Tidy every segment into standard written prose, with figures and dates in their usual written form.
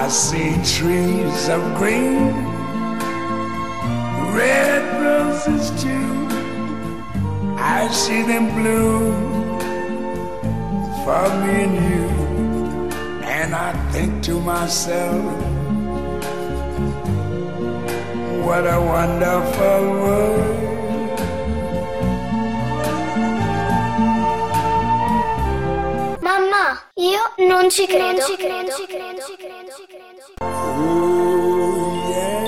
I see trees of green, red roses too. I see them bloom for me and you. And I think to myself, what a wonderful world. Mamma, io non ci credo. Ooh, yeah.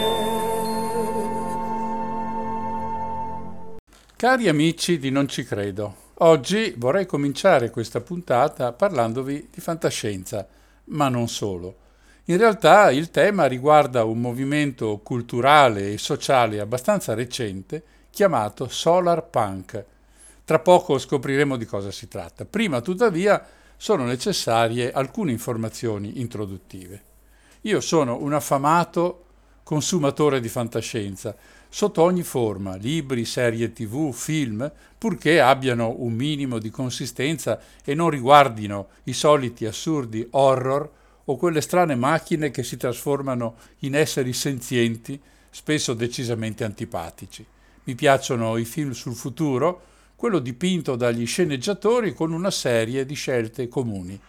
Cari amici di Non ci credo, oggi vorrei cominciare questa puntata parlandovi di fantascienza, ma non solo. In realtà il tema riguarda un movimento culturale e sociale abbastanza recente chiamato Solar Punk. Tra poco scopriremo di cosa si tratta. Prima, tuttavia, sono necessarie alcune informazioni introduttive. Io sono un affamato consumatore di fantascienza, sotto ogni forma, libri, serie TV, film, purché abbiano un minimo di consistenza e non riguardino i soliti assurdi horror o quelle strane macchine che si trasformano in esseri senzienti, spesso decisamente antipatici. Mi piacciono i film sul futuro, quello dipinto dagli sceneggiatori con una serie di scelte comuni.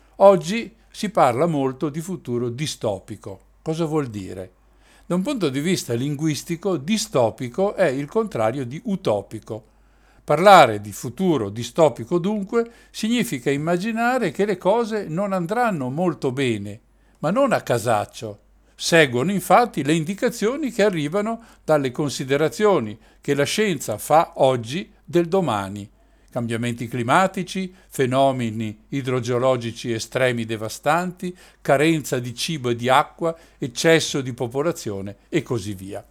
Oggi si parla molto di futuro distopico. Cosa vuol dire? Da un punto di vista linguistico, distopico è il contrario di utopico. Parlare di futuro distopico, dunque, significa immaginare che le cose non andranno molto bene, ma non a casaccio. Seguono infatti le indicazioni che arrivano dalle considerazioni che la scienza fa oggi del domani. Cambiamenti climatici, fenomeni idrogeologici estremi devastanti, carenza di cibo e di acqua, eccesso di popolazione e così via.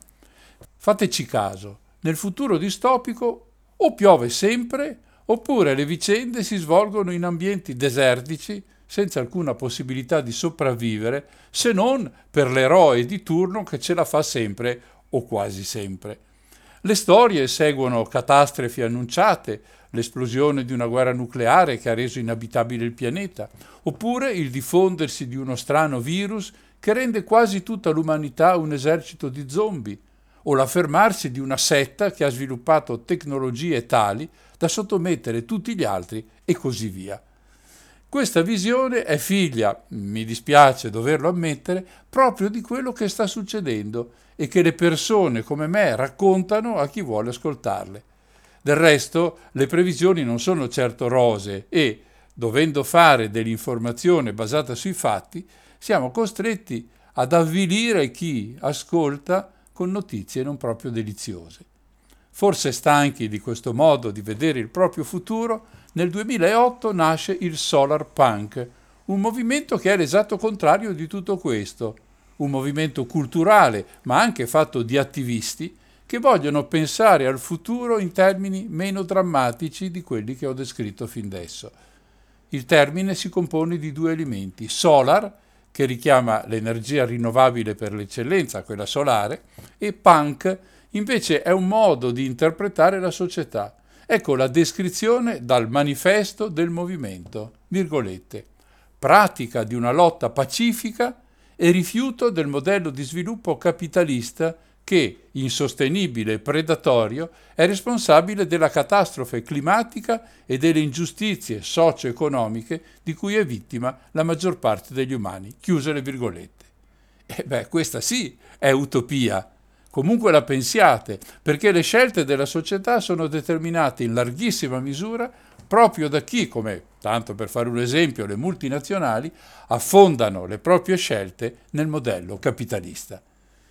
Fateci caso, nel futuro distopico o piove sempre, oppure le vicende si svolgono in ambienti desertici, senza alcuna possibilità di sopravvivere, se non per l'eroe di turno che ce la fa sempre o quasi sempre. Le storie seguono catastrofi annunciate, l'esplosione di una guerra nucleare che ha reso inabitabile il pianeta, oppure il diffondersi di uno strano virus che rende quasi tutta l'umanità un esercito di zombie, o l'affermarsi di una setta che ha sviluppato tecnologie tali da sottomettere tutti gli altri e così via. Questa visione è figlia, mi dispiace doverlo ammettere, proprio di quello che sta succedendo e che le persone come me raccontano a chi vuole ascoltarle. Del resto, le previsioni non sono certo rosee e, dovendo fare dell'informazione basata sui fatti, siamo costretti ad avvilire chi ascolta con notizie non proprio deliziose. Forse stanchi di questo modo di vedere il proprio futuro, nel 2008 nasce il Solar Punk, un movimento che è l'esatto contrario di tutto questo, un movimento culturale, ma anche fatto di attivisti, che vogliono pensare al futuro in termini meno drammatici di quelli che ho descritto fin adesso. Il termine si compone di due elementi: solar, che richiama l'energia rinnovabile per l'eccellenza, quella solare, e punk, invece è un modo di interpretare la società. Ecco la descrizione dal manifesto del movimento, virgolette, pratica di una lotta pacifica e rifiuto del modello di sviluppo capitalista che, insostenibile e predatorio, è responsabile della catastrofe climatica e delle ingiustizie socio-economiche di cui è vittima la maggior parte degli umani. Chiuse le virgolette. Questa sì è utopia. Comunque la pensiate, perché le scelte della società sono determinate in larghissima misura proprio da chi, come, tanto per fare un esempio, le multinazionali, affondano le proprie scelte nel modello capitalista.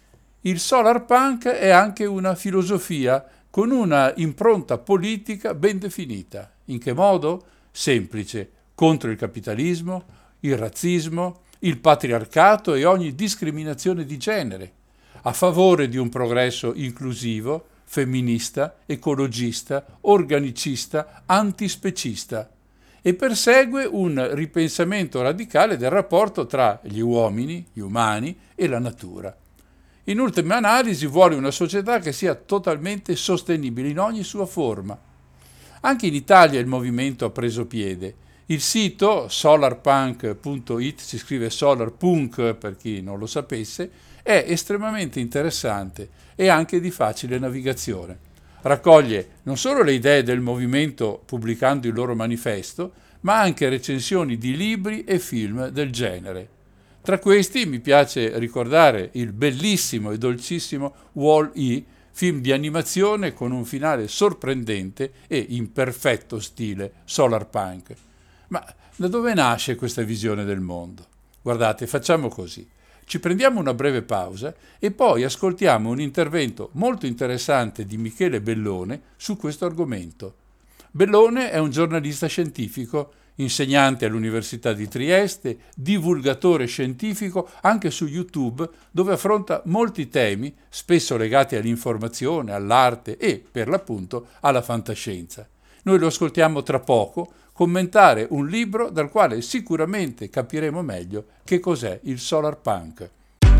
Il Solar Punk è anche una filosofia con una impronta politica ben definita. In che modo? Semplice: contro il capitalismo, il razzismo, il patriarcato e ogni discriminazione di genere, a favore di un progresso inclusivo, femminista, ecologista, organicista, antispecista, e persegue un ripensamento radicale del rapporto tra gli uomini, gli umani e la natura. In ultima analisi vuole una società che sia totalmente sostenibile in ogni sua forma. Anche in Italia il movimento ha preso piede. Il sito solarpunk.it, si scrive solarpunk per chi non lo sapesse, è estremamente interessante e anche di facile navigazione. Raccoglie non solo le idee del movimento pubblicando il loro manifesto, ma anche recensioni di libri e film del genere. Tra questi mi piace ricordare il bellissimo e dolcissimo Wall-E, film di animazione con un finale sorprendente e in perfetto stile solarpunk. Ma da dove nasce questa visione del mondo? Guardate, facciamo così. Ci prendiamo una breve pausa e poi ascoltiamo un intervento molto interessante di Michele Bellone su questo argomento. Bellone è un giornalista scientifico, insegnante all'Università di Trieste, divulgatore scientifico anche su YouTube, dove affronta molti temi, spesso legati all'informazione, all'arte e, per l'appunto, alla fantascienza. Noi lo ascoltiamo tra poco commentare un libro dal quale sicuramente capiremo meglio che cos'è il solarpunk.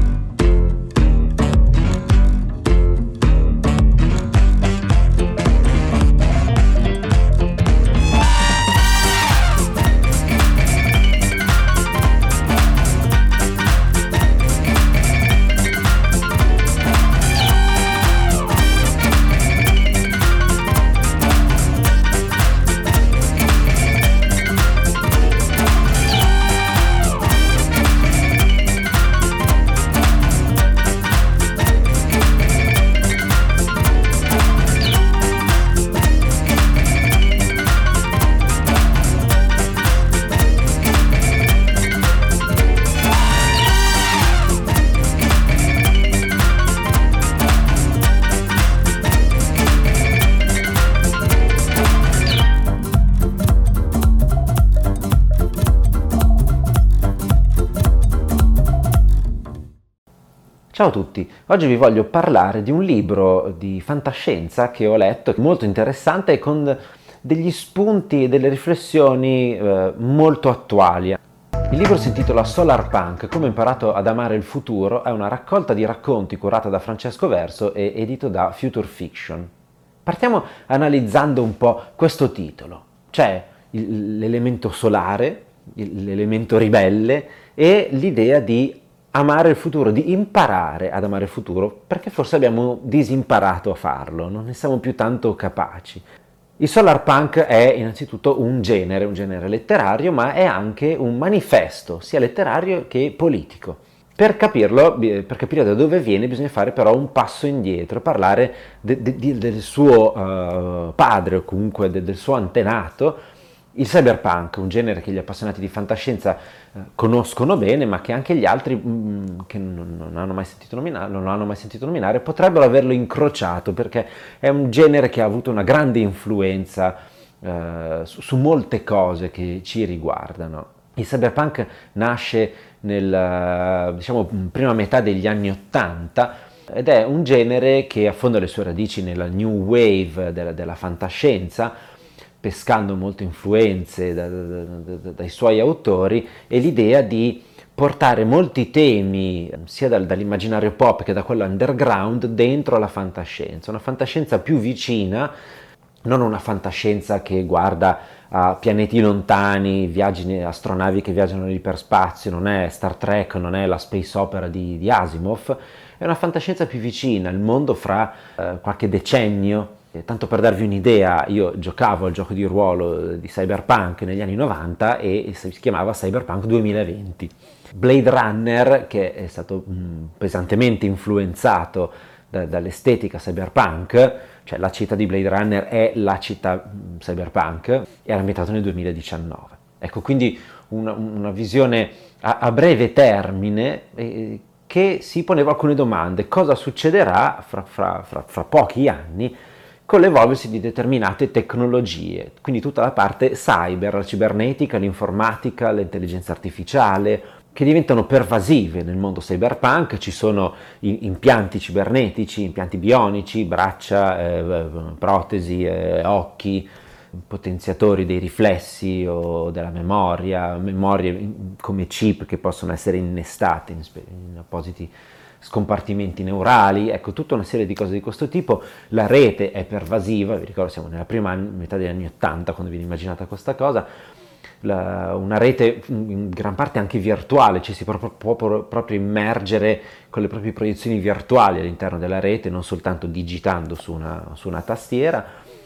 Ciao a tutti, oggi vi voglio parlare di un libro di fantascienza che ho letto, molto interessante e con degli spunti e delle riflessioni molto attuali. Il libro si intitola Solarpunk, come ho imparato ad amare il futuro, è una raccolta di racconti curata da Francesco Verso e edito da Future Fiction. Partiamo analizzando un po' questo titolo. C'è l'elemento solare, l'elemento ribelle e l'idea di amare il futuro, di imparare ad amare il futuro, perché forse abbiamo disimparato a farlo, non ne siamo più tanto capaci. Il solarpunk è innanzitutto un genere letterario, ma è anche un manifesto, sia letterario che politico. Per capirlo, per capire da dove viene, bisogna fare però un passo indietro, parlare del suo padre o comunque del suo antenato, il cyberpunk, un genere che gli appassionati di fantascienza conoscono bene, ma che anche gli altri che non hanno mai sentito nominare potrebbero averlo incrociato, perché è un genere che ha avuto una grande influenza su molte cose che ci riguardano. Il cyberpunk nasce nel prima metà degli anni *80 ed è un genere che affonda le sue radici nella new wave della fantascienza, pescando molte influenze dai suoi autori, e l'idea di portare molti temi sia dall'immaginario pop che da quello underground dentro la fantascienza, una fantascienza più vicina, non una fantascienza che guarda a pianeti lontani, astronavi che viaggiano nell'iperspazio, non è Star Trek, non è la space opera di Asimov, è una fantascienza più vicina, il mondo fra qualche decennio. Tanto per darvi un'idea, io giocavo al gioco di ruolo di Cyberpunk negli anni 90 e si chiamava Cyberpunk 2020. Blade Runner, che è stato pesantemente influenzato dall'estetica cyberpunk, cioè la città di Blade Runner è la città cyberpunk, era ambientato nel 2019. Ecco, quindi una visione a breve termine che si poneva alcune domande. Cosa succederà fra pochi anni con l'evolversi di determinate tecnologie, quindi tutta la parte cyber, la cibernetica, l'informatica, l'intelligenza artificiale, che diventano pervasive nel mondo cyberpunk. Ci sono impianti cibernetici, impianti bionici, braccia, protesi, occhi, potenziatori dei riflessi o della memorie come chip che possono essere innestate in appositi scompartimenti neurali, ecco, tutta una serie di cose di questo tipo. La rete è pervasiva, vi ricordo siamo nella prima metà degli anni 80 quando viene immaginata questa cosa, una rete in gran parte anche virtuale, ci si può proprio immergere con le proprie proiezioni virtuali all'interno della rete, non soltanto digitando su una tastiera.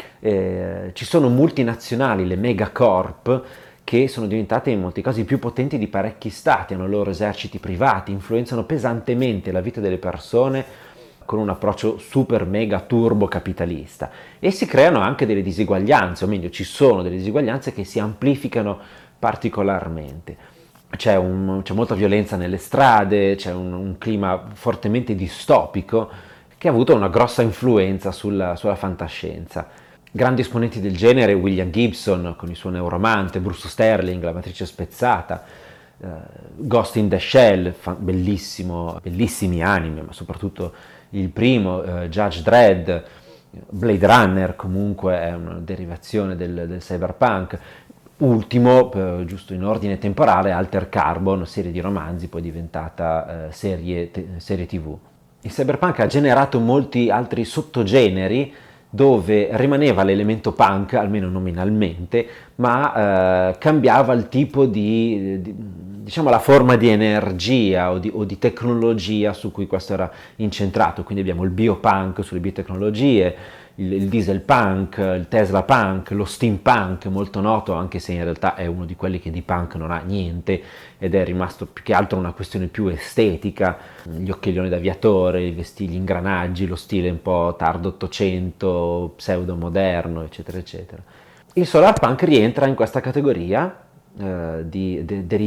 Ci sono multinazionali, le megacorp, che sono diventate in molti casi più potenti di parecchi stati, hanno loro eserciti privati, influenzano pesantemente la vita delle persone con un approccio super mega turbo capitalista, e si creano anche delle diseguaglianze, o meglio ci sono delle diseguaglianze che si amplificano particolarmente. C'è molta violenza nelle strade, c'è un clima fortemente distopico che ha avuto una grossa influenza sulla fantascienza. Grandi esponenti del genere, William Gibson con il suo Neuromante, Bruce Sterling, La matrice spezzata, Ghost in the Shell, bellissimi anime, ma soprattutto il primo, Judge Dredd, Blade Runner comunque è una derivazione del cyberpunk. Ultimo, giusto in ordine temporale, Alter Carbon, serie di romanzi poi diventata serie TV. Il cyberpunk ha generato molti altri sottogeneri dove rimaneva l'elemento punk, almeno nominalmente, ma cambiava il tipo diciamo la forma di energia o di tecnologia su cui questo era incentrato. Quindi abbiamo il biopunk sulle biotecnologie, il diesel punk, il Tesla punk, lo steampunk molto noto, anche se in realtà è uno di quelli che di punk non ha niente ed è rimasto più che altro una questione più estetica, gli occhiglioni d'aviatore, gli ingranaggi, lo stile un po' tardo 800, pseudo moderno, eccetera eccetera. Il solar punk rientra in questa categoria di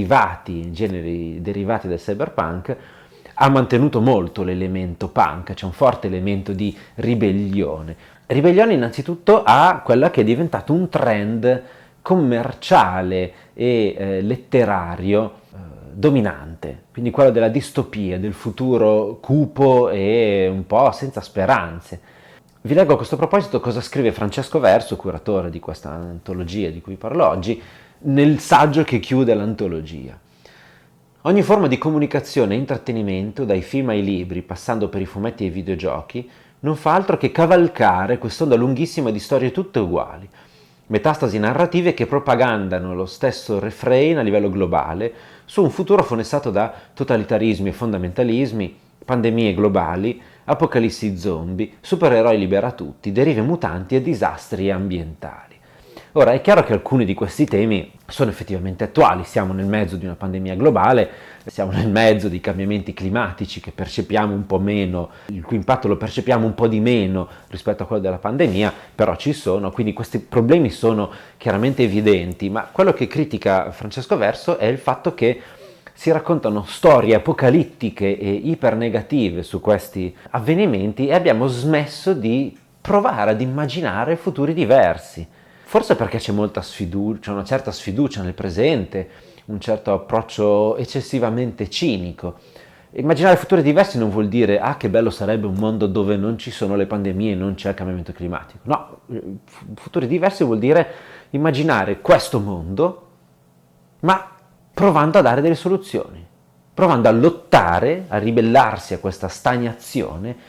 generi derivati del cyberpunk. Ha mantenuto molto l'elemento punk, c'è un forte elemento di ribellione. Ribellione innanzitutto a quella che è diventato un trend commerciale e letterario dominante, quindi quello della distopia, del futuro cupo e un po' senza speranze. Vi leggo a questo proposito cosa scrive Francesco Verso, curatore di questa antologia di cui parlo oggi, nel saggio che chiude l'antologia. Ogni forma di comunicazione e intrattenimento, dai film ai libri, passando per i fumetti e i videogiochi, non fa altro che cavalcare quest'onda lunghissima di storie tutte uguali, metastasi narrative che propagandano lo stesso refrain a livello globale su un futuro fonestato da totalitarismi e fondamentalismi, pandemie globali, apocalissi zombie, supereroi liberatutti, derive mutanti e disastri ambientali. Ora, è chiaro che alcuni di questi temi sono effettivamente attuali, siamo nel mezzo di una pandemia globale, siamo nel mezzo di cambiamenti climatici che percepiamo un po' meno, il cui impatto lo percepiamo un po' di meno rispetto a quello della pandemia, però ci sono, quindi questi problemi sono chiaramente evidenti, ma quello che critica Francesco Verso è il fatto che si raccontano storie apocalittiche e ipernegative su questi avvenimenti e abbiamo smesso di provare ad immaginare futuri diversi. Forse perché c'è una certa sfiducia nel presente, un certo approccio eccessivamente cinico. Immaginare futuri diversi non vuol dire che bello sarebbe un mondo dove non ci sono le pandemie e non c'è il cambiamento climatico. No, futuri diversi vuol dire immaginare questo mondo, ma provando a dare delle soluzioni, provando a lottare, a ribellarsi a questa stagnazione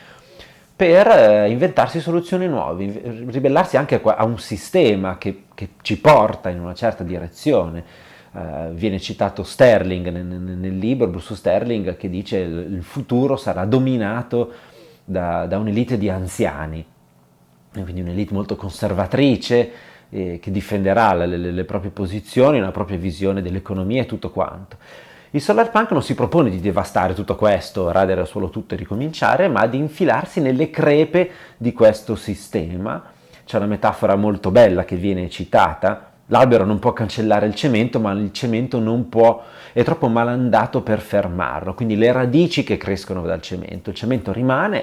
per inventarsi soluzioni nuove, ribellarsi anche a un sistema che ci porta in una certa direzione. Viene citato Sterling nel libro, Bruce Sterling, che dice che il futuro sarà dominato da un'elite di anziani, quindi un'elite molto conservatrice, che difenderà le proprie posizioni, una propria visione dell'economia e tutto quanto. Il solarpunk non si propone di devastare tutto questo, radere solo tutto e ricominciare, ma di infilarsi nelle crepe di questo sistema. C'è una metafora molto bella che viene citata: l'albero non può cancellare il cemento, ma il cemento non può, è troppo malandato per fermarlo, quindi le radici che crescono dal cemento. Il cemento rimane,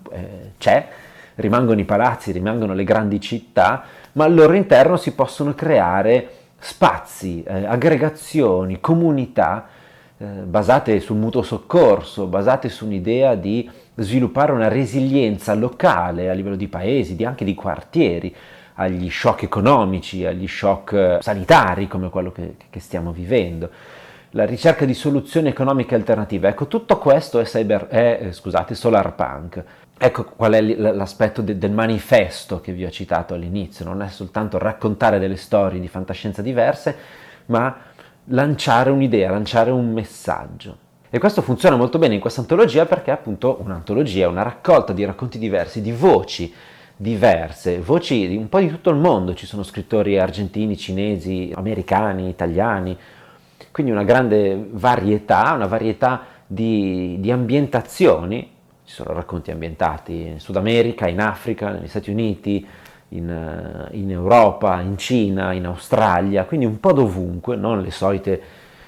c'è, rimangono i palazzi, rimangono le grandi città, ma al loro interno si possono creare spazi, aggregazioni, comunità basate sul mutuo soccorso, basate su un'idea di sviluppare una resilienza locale a livello di paesi, anche di quartieri, agli shock economici, agli shock sanitari come quello che stiamo vivendo. La ricerca di soluzioni economiche alternative. Ecco, tutto questo è solarpunk. Ecco qual è l'aspetto del manifesto che vi ho citato all'inizio. Non è soltanto raccontare delle storie di fantascienza diverse, ma lanciare un'idea, lanciare un messaggio. E questo funziona molto bene in questa antologia perché è appunto un'antologia, una raccolta di racconti diversi, di voci diverse, voci di un po' di tutto il mondo. Ci sono scrittori argentini, cinesi, americani, italiani, quindi una grande varietà, una varietà di ambientazioni. Ci sono racconti ambientati in Sud America, in Africa, negli Stati Uniti, in Europa, in Cina, in Australia, quindi un po' dovunque, non le solite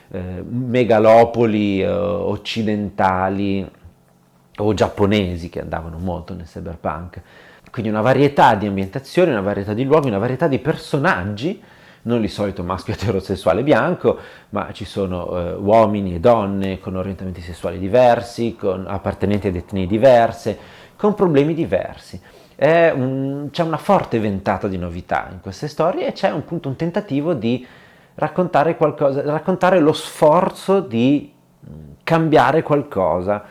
megalopoli occidentali o giapponesi che andavano molto nel cyberpunk. Quindi una varietà di ambientazioni, una varietà di luoghi, una varietà di personaggi, non il solito maschio eterosessuale bianco, ma ci sono uomini e donne con orientamenti sessuali diversi, con appartenenti ad etnie diverse, con problemi diversi. C'è una forte ventata di novità in queste storie e c'è un tentativo di raccontare qualcosa, raccontare lo sforzo di cambiare qualcosa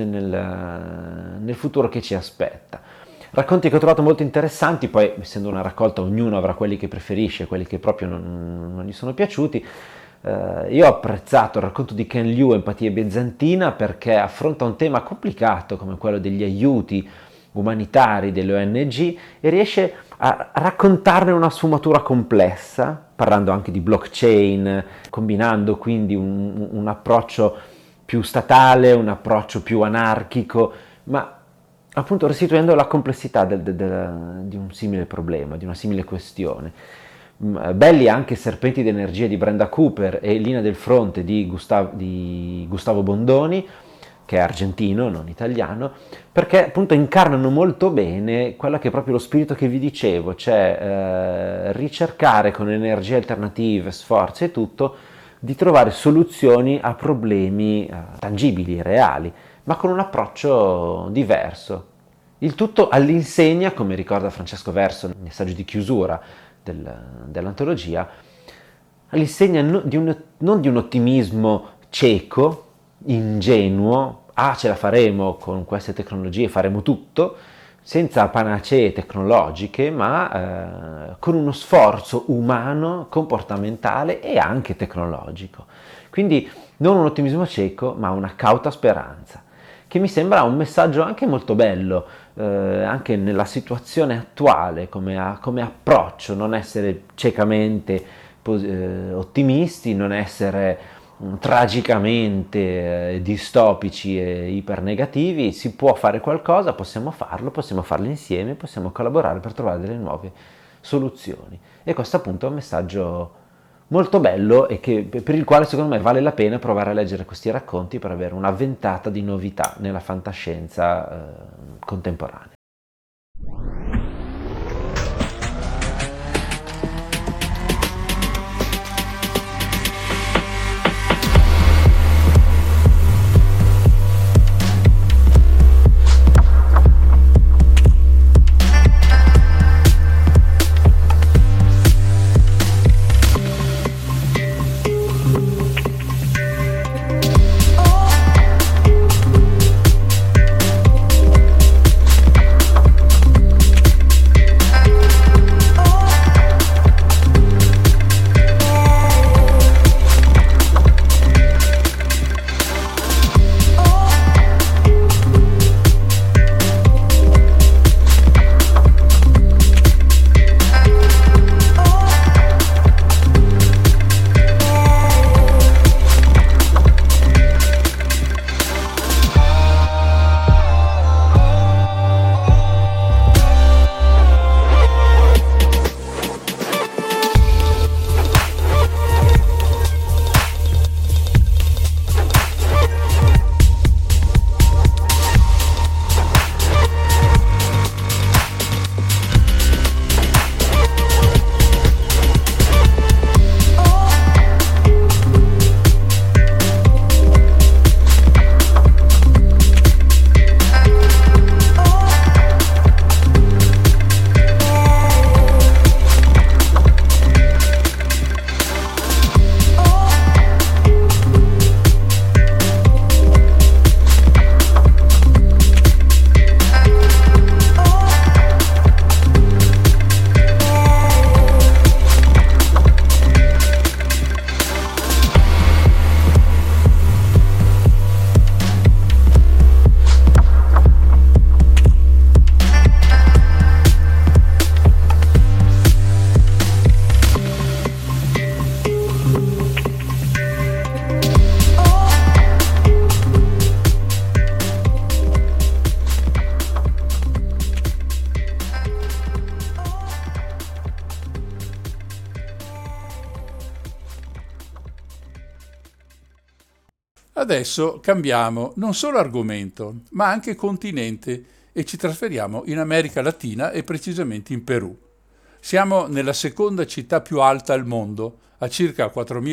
nel futuro che ci aspetta. Racconti che ho trovato molto interessanti, poi essendo una raccolta ognuno avrà quelli che preferisce, quelli che proprio non gli sono piaciuti. Io ho apprezzato il racconto di Ken Liu, Empatia bizantina, perché affronta un tema complicato come quello degli aiuti umanitari delle ONG e riesce a raccontarne una sfumatura complessa, parlando anche di blockchain, combinando quindi un approccio più statale, un approccio più anarchico, ma appunto restituendo la complessità di un simile problema, di una simile questione. Belli anche Serpenti d'energia di Brenda Cooper e Linea del fronte di Gustavo Bondoni, che è argentino, non italiano, perché appunto incarnano molto bene quello che è proprio lo spirito che vi dicevo, cioè ricercare con energie alternative, sforzi e tutto, di trovare soluzioni a problemi tangibili, reali, ma con un approccio diverso. Il tutto all'insegna, come ricorda Francesco Verso nel messaggio di chiusura dell'antologia, all'insegna non di un ottimismo cieco, ingenuo, ce la faremo con queste tecnologie, faremo tutto, senza panacee tecnologiche, ma con uno sforzo umano, comportamentale e anche tecnologico. Quindi non un ottimismo cieco, ma una cauta speranza, che mi sembra un messaggio anche molto bello, anche nella situazione attuale, come approccio, non essere ciecamente ottimisti, non essere tragicamente distopici e ipernegativi. Si può fare qualcosa, possiamo farlo insieme, possiamo collaborare per trovare delle nuove soluzioni. E questo appunto è un messaggio molto bello e per il quale secondo me vale la pena provare a leggere questi racconti per avere una ventata di novità nella fantascienza contemporanea. Adesso cambiamo non solo argomento, ma anche continente e ci trasferiamo in America Latina e precisamente in Perù. Siamo nella seconda città più alta al mondo, a circa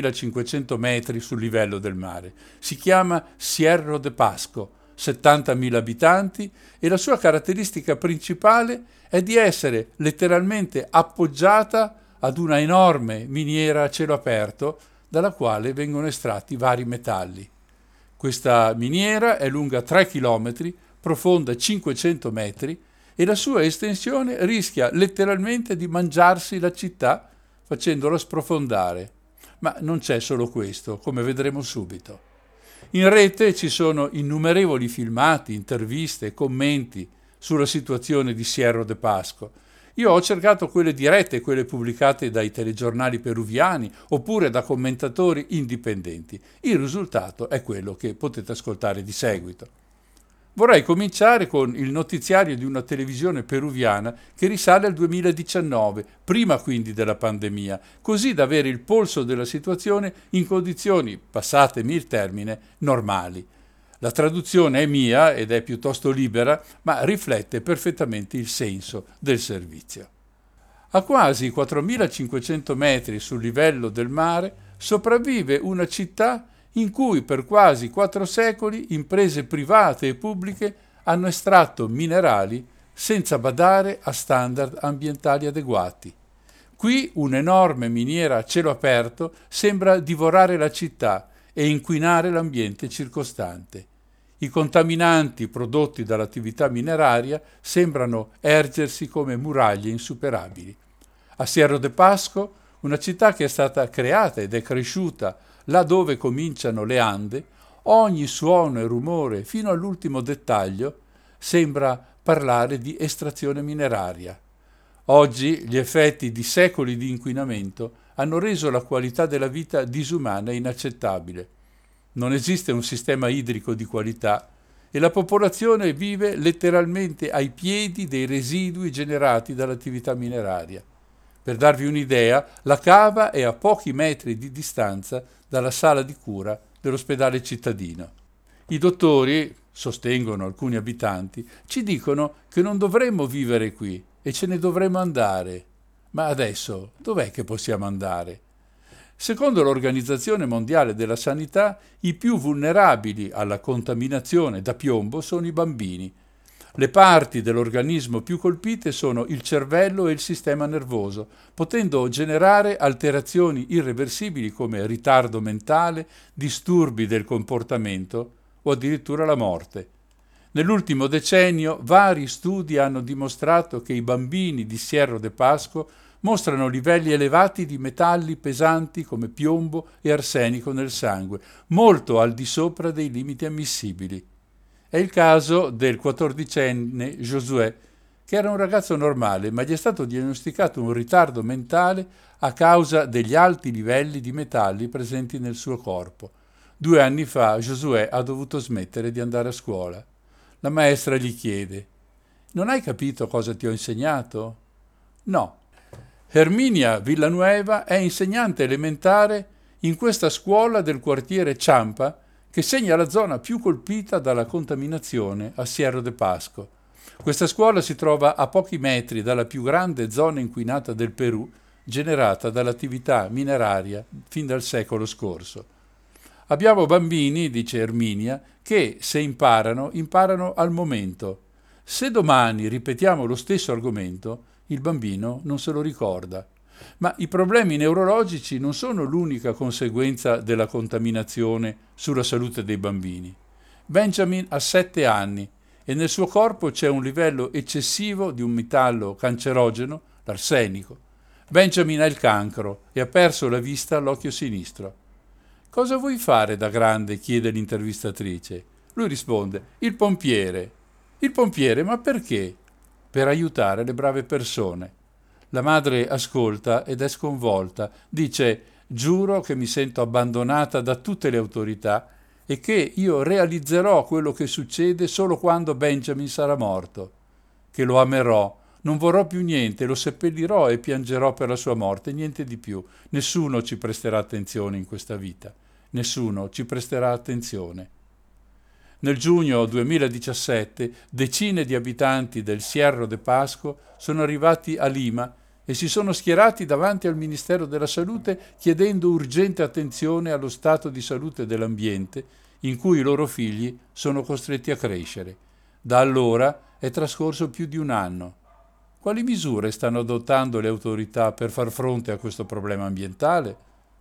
4.500 metri sul livello del mare. Si chiama Cerro de Pasco, 70.000 abitanti, e la sua caratteristica principale è di essere letteralmente appoggiata ad una enorme miniera a cielo aperto dalla quale vengono estratti vari metalli. Questa miniera è lunga 3 km, profonda 500 metri e la sua estensione rischia letteralmente di mangiarsi la città facendola sprofondare. Ma non c'è solo questo, come vedremo subito. In rete ci sono innumerevoli filmati, interviste, commenti sulla situazione di Cerro de Pasco. Io ho cercato quelle dirette, quelle pubblicate dai telegiornali peruviani oppure da commentatori indipendenti. Il risultato è quello che potete ascoltare di seguito. Vorrei cominciare con il notiziario di una televisione peruviana che risale al 2019, prima quindi della pandemia, così da avere il polso della situazione in condizioni, passatemi il termine, normali. La traduzione è mia ed è piuttosto libera, ma riflette perfettamente il senso del servizio. A quasi 4.500 metri sul livello del mare sopravvive una città in cui per quasi 4 secoli imprese private e pubbliche hanno estratto minerali senza badare a standard ambientali adeguati. Qui un'enorme miniera a cielo aperto sembra divorare la città e inquinare l'ambiente circostante. I contaminanti prodotti dall'attività mineraria sembrano ergersi come muraglie insuperabili. A Cerro de Pasco, una città che è stata creata ed è cresciuta là dove cominciano le Ande, ogni suono e rumore, fino all'ultimo dettaglio, sembra parlare di estrazione mineraria. Oggi gli effetti di secoli di inquinamento hanno reso la qualità della vita disumana e inaccettabile. Non esiste un sistema idrico di qualità e la popolazione vive letteralmente ai piedi dei residui generati dall'attività mineraria. Per darvi un'idea, la cava è a pochi metri di distanza dalla sala di cura dell'ospedale cittadino. I dottori, sostengono alcuni abitanti, ci dicono che non dovremmo vivere qui e ce ne dovremmo andare. Ma adesso dov'è che possiamo andare? Secondo l'Organizzazione Mondiale della Sanità, i più vulnerabili alla contaminazione da piombo sono i bambini. Le parti dell'organismo più colpite sono il cervello e il sistema nervoso, potendo generare alterazioni irreversibili come ritardo mentale, disturbi del comportamento o addirittura la morte. Nell'ultimo decennio vari studi hanno dimostrato che i bambini di Cerro de Pasco mostrano livelli elevati di metalli pesanti come piombo e arsenico nel sangue, molto al di sopra dei limiti ammissibili. È il caso del 14enne Josué, che era un ragazzo normale, ma gli è stato diagnosticato un ritardo mentale a causa degli alti livelli di metalli presenti nel suo corpo. 2 anni fa Josué ha dovuto smettere di andare a scuola. La maestra gli chiede: «Non hai capito cosa ti ho insegnato?» «No». Herminia Villanueva è insegnante elementare in questa scuola del quartiere Champa, che segna la zona più colpita dalla contaminazione a Cerro de Pasco. Questa scuola si trova a pochi metri dalla più grande zona inquinata del Perù, generata dall'attività mineraria fin dal secolo scorso. Abbiamo bambini, dice Erminia, che se imparano al momento. Se domani ripetiamo lo stesso argomento, il bambino non se lo ricorda. Ma i problemi neurologici non sono l'unica conseguenza della contaminazione sulla salute dei bambini. Benjamin ha 7 anni e nel suo corpo c'è un livello eccessivo di un metallo cancerogeno, l'arsenico. Benjamin ha il cancro e ha perso la vista all'occhio sinistro. «Cosa vuoi fare da grande?» chiede l'intervistatrice. Lui risponde: «Il pompiere». «Il pompiere? Ma perché?» «Per aiutare le brave persone». La madre ascolta ed è sconvolta. Dice: «Giuro che mi sento abbandonata da tutte le autorità e che io realizzerò quello che succede solo quando Benjamin sarà morto. Che lo amerò, non vorrò più niente, lo seppellirò e piangerò per la sua morte, niente di più. Nessuno ci presterà attenzione in questa vita. nessuno ci presterà attenzione. Nel giugno 2017 decine di abitanti del Cerro de Pasco sono arrivati a Lima e si sono schierati davanti al Ministero della Salute chiedendo urgente attenzione allo stato di salute dell'ambiente in cui i loro figli sono costretti a crescere. Da allora è trascorso più di un anno. Quali misure stanno adottando le autorità per far fronte a questo problema ambientale?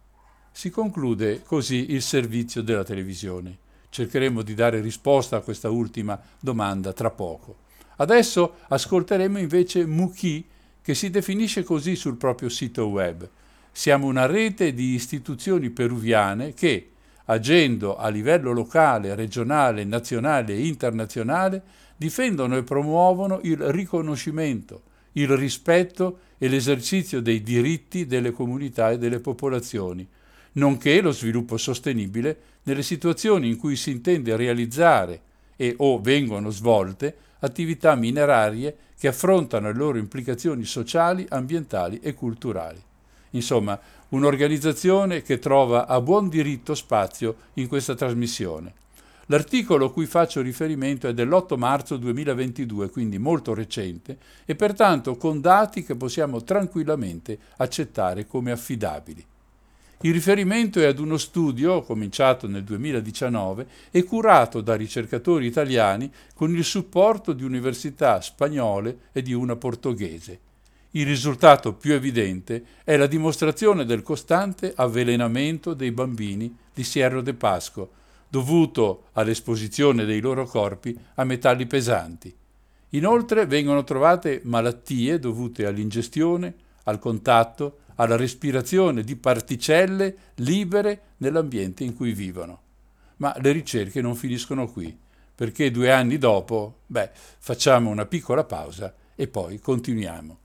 Si conclude così il servizio della televisione. Cercheremo di dare risposta a questa ultima domanda tra poco. Adesso ascolteremo invece Muki, che si definisce così sul proprio sito web. Siamo una rete di istituzioni peruviane che, agendo a livello locale, regionale, nazionale e internazionale, difendono e promuovono il riconoscimento, il rispetto e l'esercizio dei diritti delle comunità e delle popolazioni, nonché lo sviluppo sostenibile nelle situazioni in cui si intende realizzare e o vengono svolte attività minerarie che affrontano le loro implicazioni sociali, ambientali e culturali. Insomma, un'organizzazione che trova a buon diritto spazio in questa trasmissione. L'articolo a cui faccio riferimento è dell'8 marzo 2022, quindi molto recente, e pertanto con dati che possiamo tranquillamente accettare come affidabili. Il riferimento è ad uno studio, cominciato nel 2019 e curato da ricercatori italiani con il supporto di università spagnole e di una portoghese. Il risultato più evidente è la dimostrazione del costante avvelenamento dei bambini di Cerro de Pasco, dovuto all'esposizione dei loro corpi a metalli pesanti. Inoltre vengono trovate malattie dovute all'ingestione, al contatto, alla respirazione di particelle libere nell'ambiente in cui vivono. Ma le ricerche non finiscono qui, perché 2 anni dopo, facciamo una piccola pausa e poi continuiamo.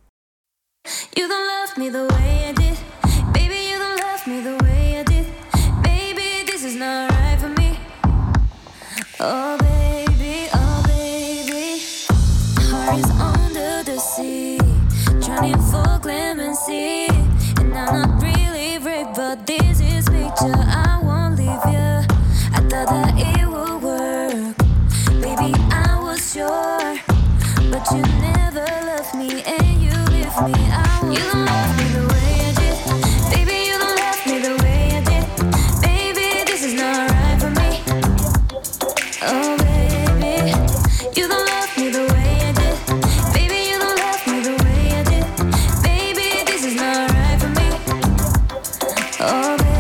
You don't love me the way I did. Baby, you don't love me the way I did. Baby, this is not right for me. Oh baby, heart is under the sea, trying for clemency. And I'm not really raped, but this is picture. I won't leave you. I thought that it would work. Baby, I was sure, but you never loved me and you left me. You don't love me the way I did. Baby, you don't love me the way I did. Baby, this is not right for me. Oh baby, you don't love me the way I did. Baby, you don't love me the way I did. Baby, this is not right for me. Oh baby.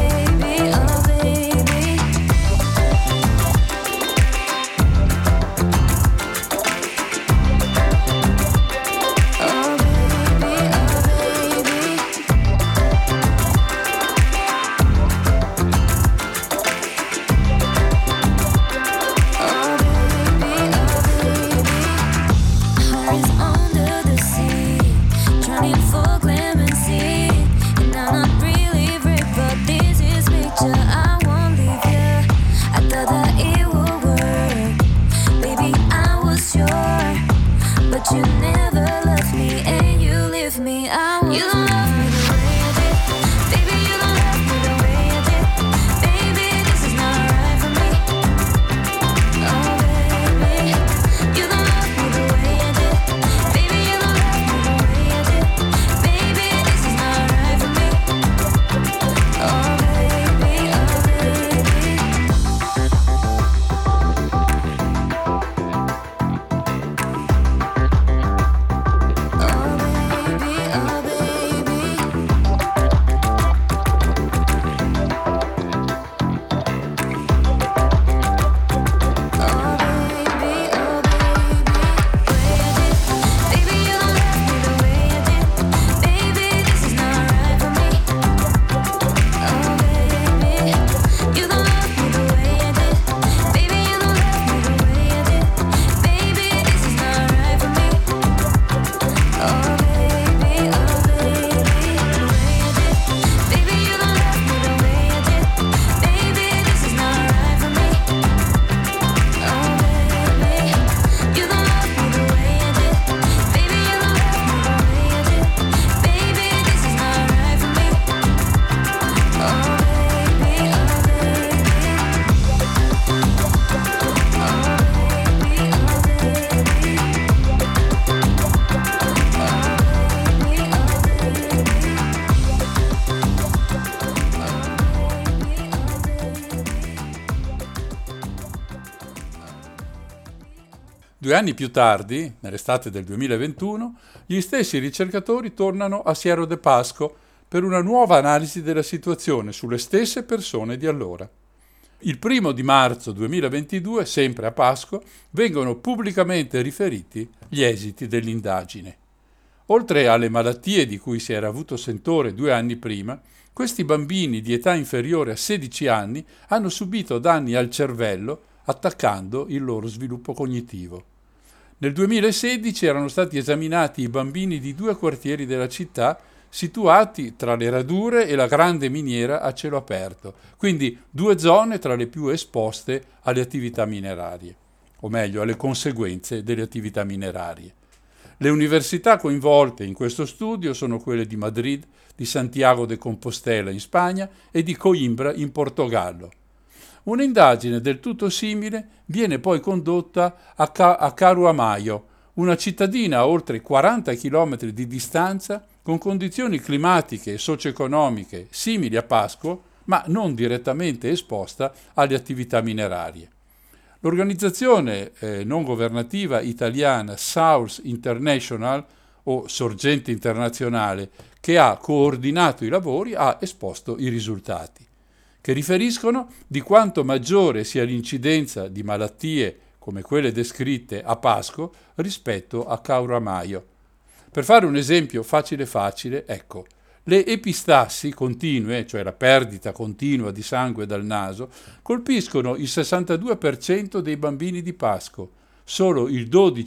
2 anni più tardi, nell'estate del 2021, gli stessi ricercatori tornano a Cerro de Pasco per una nuova analisi della situazione sulle stesse persone di allora. Il 1° marzo 2022, sempre a Pasco, vengono pubblicamente riferiti gli esiti dell'indagine. Oltre alle malattie di cui si era avuto sentore 2 anni prima, questi bambini di età inferiore a 16 anni hanno subito danni al cervello attaccando il loro sviluppo cognitivo. Nel 2016 erano stati esaminati i bambini di 2 quartieri della città situati tra le radure e la grande miniera a cielo aperto, quindi 2 zone tra le più esposte alle attività minerarie, o meglio alle conseguenze delle attività minerarie. Le università coinvolte in questo studio sono quelle di Madrid, di Santiago de Compostela in Spagna e di Coimbra in Portogallo. Un'indagine del tutto simile viene poi condotta a Caruamayo, una cittadina a oltre 40 km di distanza con condizioni climatiche e socio-economiche simili a Pasco, ma non direttamente esposta alle attività minerarie. L'organizzazione non governativa italiana Source International, o Sorgente Internazionale, che ha coordinato i lavori, ha esposto i risultati, che riferiscono di quanto maggiore sia l'incidenza di malattie come quelle descritte a Pasco rispetto a Caruamayo. Per fare un esempio facile, ecco, le epistassi continue, cioè la perdita continua di sangue dal naso, colpiscono il 62% dei bambini di Pasco, solo il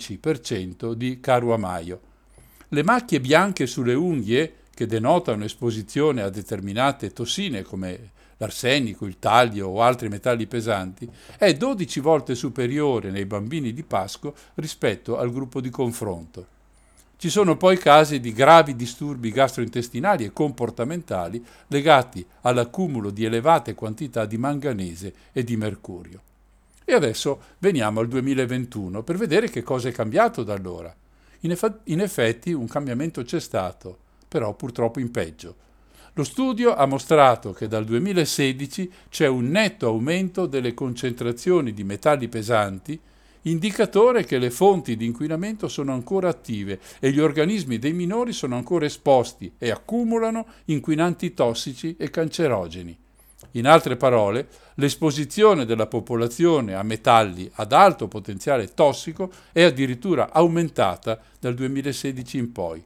12% di Caruamayo. Le macchie bianche sulle unghie, che denotano esposizione a determinate tossine come l'arsenico, il taglio o altri metalli pesanti, è 12 volte superiore nei bambini di Pasco rispetto al gruppo di confronto. Ci sono poi casi di gravi disturbi gastrointestinali e comportamentali legati all'accumulo di elevate quantità di manganese e di mercurio. E adesso veniamo al 2021 per vedere che cosa è cambiato da allora. In effetti un cambiamento c'è stato, però purtroppo in peggio. Lo studio ha mostrato che dal 2016 c'è un netto aumento delle concentrazioni di metalli pesanti, indicatore che le fonti di inquinamento sono ancora attive e gli organismi dei minori sono ancora esposti e accumulano inquinanti tossici e cancerogeni. In altre parole, l'esposizione della popolazione a metalli ad alto potenziale tossico è addirittura aumentata dal 2016 in poi.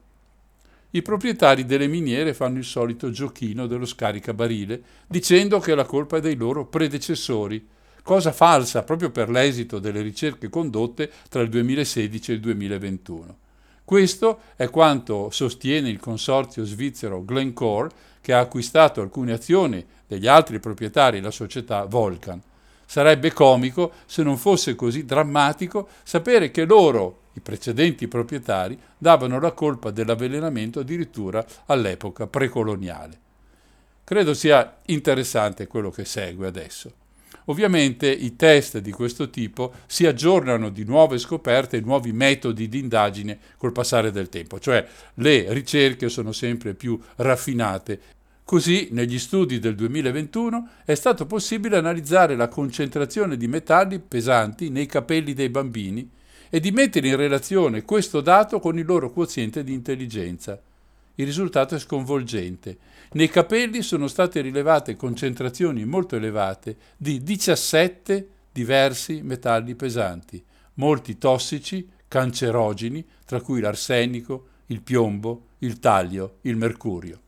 I proprietari delle miniere fanno il solito giochino dello scaricabarile, dicendo che la colpa è dei loro predecessori, cosa falsa proprio per l'esito delle ricerche condotte tra il 2016 e il 2021. Questo è quanto sostiene il consorzio svizzero Glencore, che ha acquistato alcune azioni degli altri proprietari, la società Volcan. Sarebbe comico se non fosse così drammatico sapere che loro, i precedenti proprietari, davano la colpa dell'avvelenamento addirittura all'epoca precoloniale. Credo sia interessante quello che segue adesso. Ovviamente i test di questo tipo si aggiornano di nuove scoperte e nuovi metodi di indagine col passare del tempo, cioè le ricerche sono sempre più raffinate. Così, negli studi del 2021 è stato possibile analizzare la concentrazione di metalli pesanti nei capelli dei bambini e di mettere in relazione questo dato con il loro quoziente di intelligenza. Il risultato è sconvolgente. Nei capelli sono state rilevate concentrazioni molto elevate di 17 diversi metalli pesanti, molti tossici, cancerogeni, tra cui l'arsenico, il piombo, il taglio, il mercurio.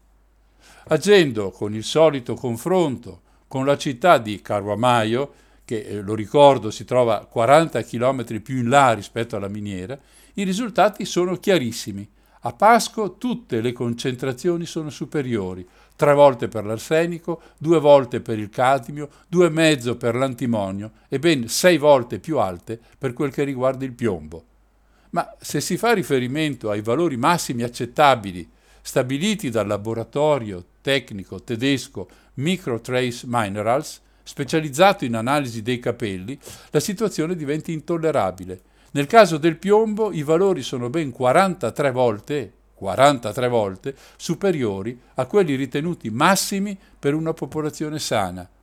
Agendo con il solito confronto con la città di Caruamayo, che lo ricordo si trova 40 km più in là rispetto alla miniera, i risultati sono chiarissimi. A Pasco tutte le concentrazioni sono superiori, 3 volte per l'arsenico, 2 volte per il cadmio, 2,5 per l'antimonio e ben 6 volte più alte per quel che riguarda il piombo. Ma se si fa riferimento ai valori massimi accettabili stabiliti dal laboratorio tecnico tedesco Microtrace Minerals, specializzato in analisi dei capelli, la situazione diventa intollerabile. Nel caso del piombo i valori sono ben 43 volte superiori a quelli ritenuti massimi per una popolazione sana.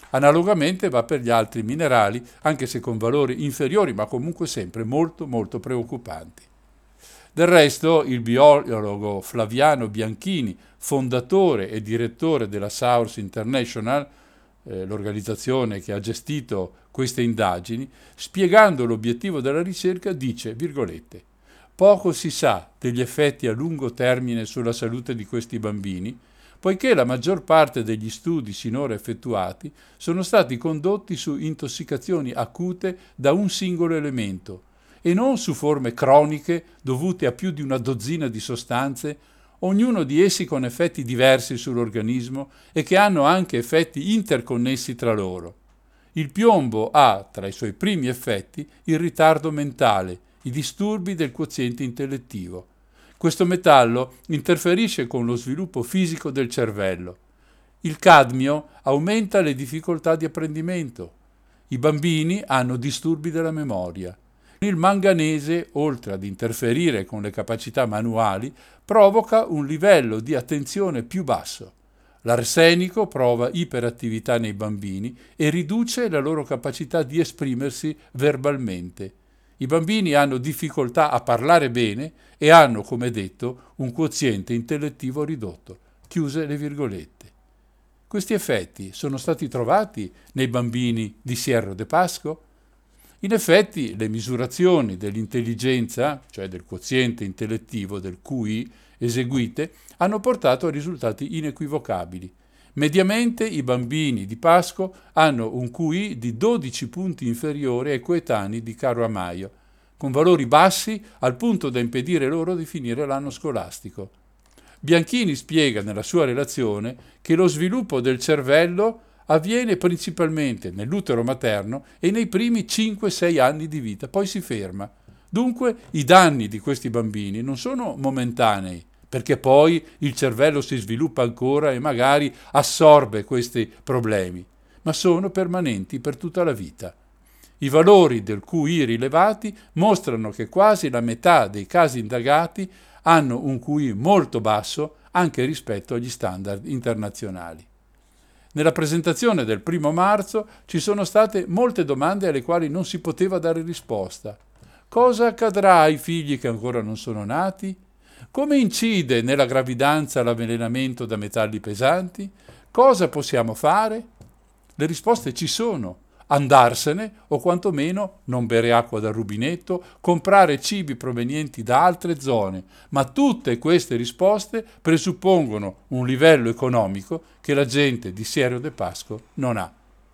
Analogamente va per gli altri minerali, anche se con valori inferiori, ma comunque sempre molto molto preoccupanti. Del resto, il biologo Flaviano Bianchini, fondatore e direttore della Source International, l'organizzazione che ha gestito queste indagini, spiegando l'obiettivo della ricerca, dice, virgolette, «Poco si sa degli effetti a lungo termine sulla salute di questi bambini, poiché la maggior parte degli studi sinora effettuati sono stati condotti su intossicazioni acute da un singolo elemento e non su forme croniche dovute a più di una dozzina di sostanze, ognuno di essi con effetti diversi sull'organismo e che hanno anche effetti interconnessi tra loro. Il piombo ha, tra i suoi primi effetti, il ritardo mentale, i disturbi del quoziente intellettivo. Questo metallo interferisce con lo sviluppo fisico del cervello. Il cadmio aumenta le difficoltà di apprendimento. I bambini hanno disturbi della memoria. Il manganese, oltre ad interferire con le capacità manuali, provoca un livello di attenzione più basso. L'arsenico prova iperattività nei bambini e riduce la loro capacità di esprimersi verbalmente. I bambini hanno difficoltà a parlare bene e hanno, come detto, un quoziente intellettivo ridotto. Chiuse le virgolette. Questi effetti sono stati trovati nei bambini di Cerro de Pasco? In effetti, le misurazioni dell'intelligenza, cioè del quoziente intellettivo, del QI, eseguite, hanno portato a risultati inequivocabili. Mediamente i bambini di Pasco hanno un QI di 12 punti inferiore ai coetanei di Caro Amaio, con valori bassi al punto da impedire loro di finire l'anno scolastico. Bianchini spiega nella sua relazione che lo sviluppo del cervello avviene principalmente nell'utero materno e nei primi 5-6 anni di vita, poi si ferma. Dunque i danni di questi bambini non sono momentanei, perché poi il cervello si sviluppa ancora e magari assorbe questi problemi, ma sono permanenti per tutta la vita. I valori del QI rilevati mostrano che quasi la metà dei casi indagati hanno un QI molto basso anche rispetto agli standard internazionali. Nella presentazione del 1 marzo ci sono state molte domande alle quali non si poteva dare risposta. Cosa accadrà ai figli che ancora non sono nati? Come incide nella gravidanza l'avvelenamento da metalli pesanti? Cosa possiamo fare? Le risposte ci sono. Andarsene o quantomeno non bere acqua dal rubinetto, comprare cibi provenienti da altre zone, ma tutte queste risposte presuppongono un livello economico che la gente di Cerro de Pasco non ha.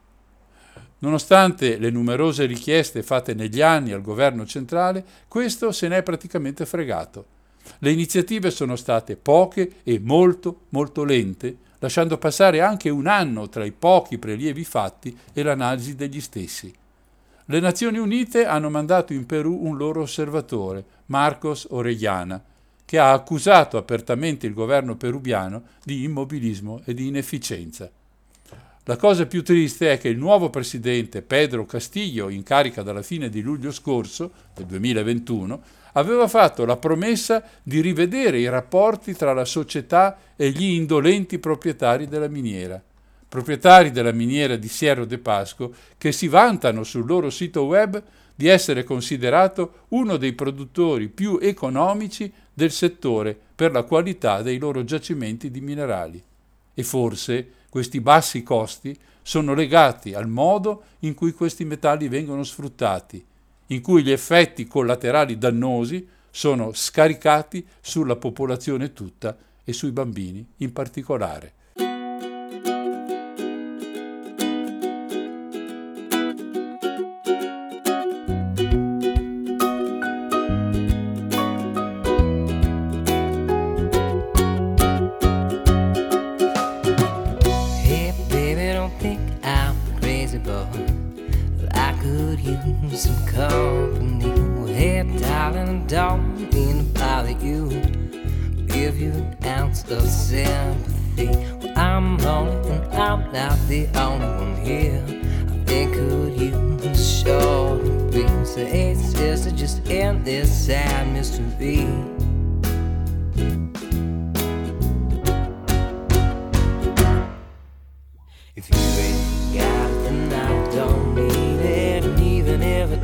Nonostante le numerose richieste fatte negli anni al governo centrale, questo se n'è praticamente fregato. Le iniziative sono state poche e molto, molto lente, lasciando passare anche un anno tra i pochi prelievi fatti e l'analisi degli stessi. Le Nazioni Unite hanno mandato in Perù un loro osservatore, Marcos Orellana, che ha accusato apertamente il governo peruviano di immobilismo e di inefficienza. La cosa più triste è che il nuovo presidente Pedro Castillo, in carica dalla fine di luglio scorso, del 2021, aveva fatto la promessa di rivedere i rapporti tra la società e gli indolenti proprietari della miniera. Proprietari della miniera di Cerro de Pasco che si vantano sul loro sito web di essere considerato uno dei produttori più economici del settore per la qualità dei loro giacimenti di minerali. E forse questi bassi costi sono legati al modo in cui questi metalli vengono sfruttati, in cui gli effetti collaterali dannosi sono scaricati sulla popolazione tutta e sui bambini in particolare. Hey baby, don't think I'm crazy, but I could use some company. Well, hey darling, don't mean to bother you, give you an ounce of sympathy. Well, I'm lonely and I'm not the only one here. I think could use short breeze. Hey sister, just end this sad mystery. If you ain't got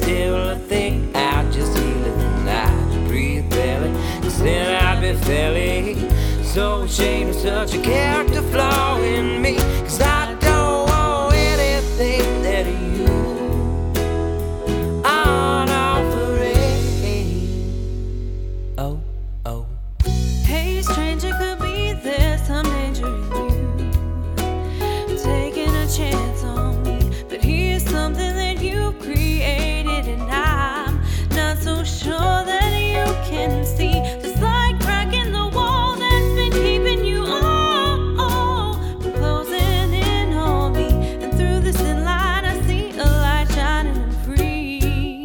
devil a thing, I'd just heal it and I'd breathe belly. Cause then I'd be fairly so ashamed of such a character flaw in me. Cause I don't want anything that you aren't offering. Oh, oh. Hey stranger, could be there's some danger in you taking a chance on me, but here's something that you created and I'm not so sure that you can see. Just like cracking the wall that's been keeping you from closing in on me, and through this thin line I see a light shining and free.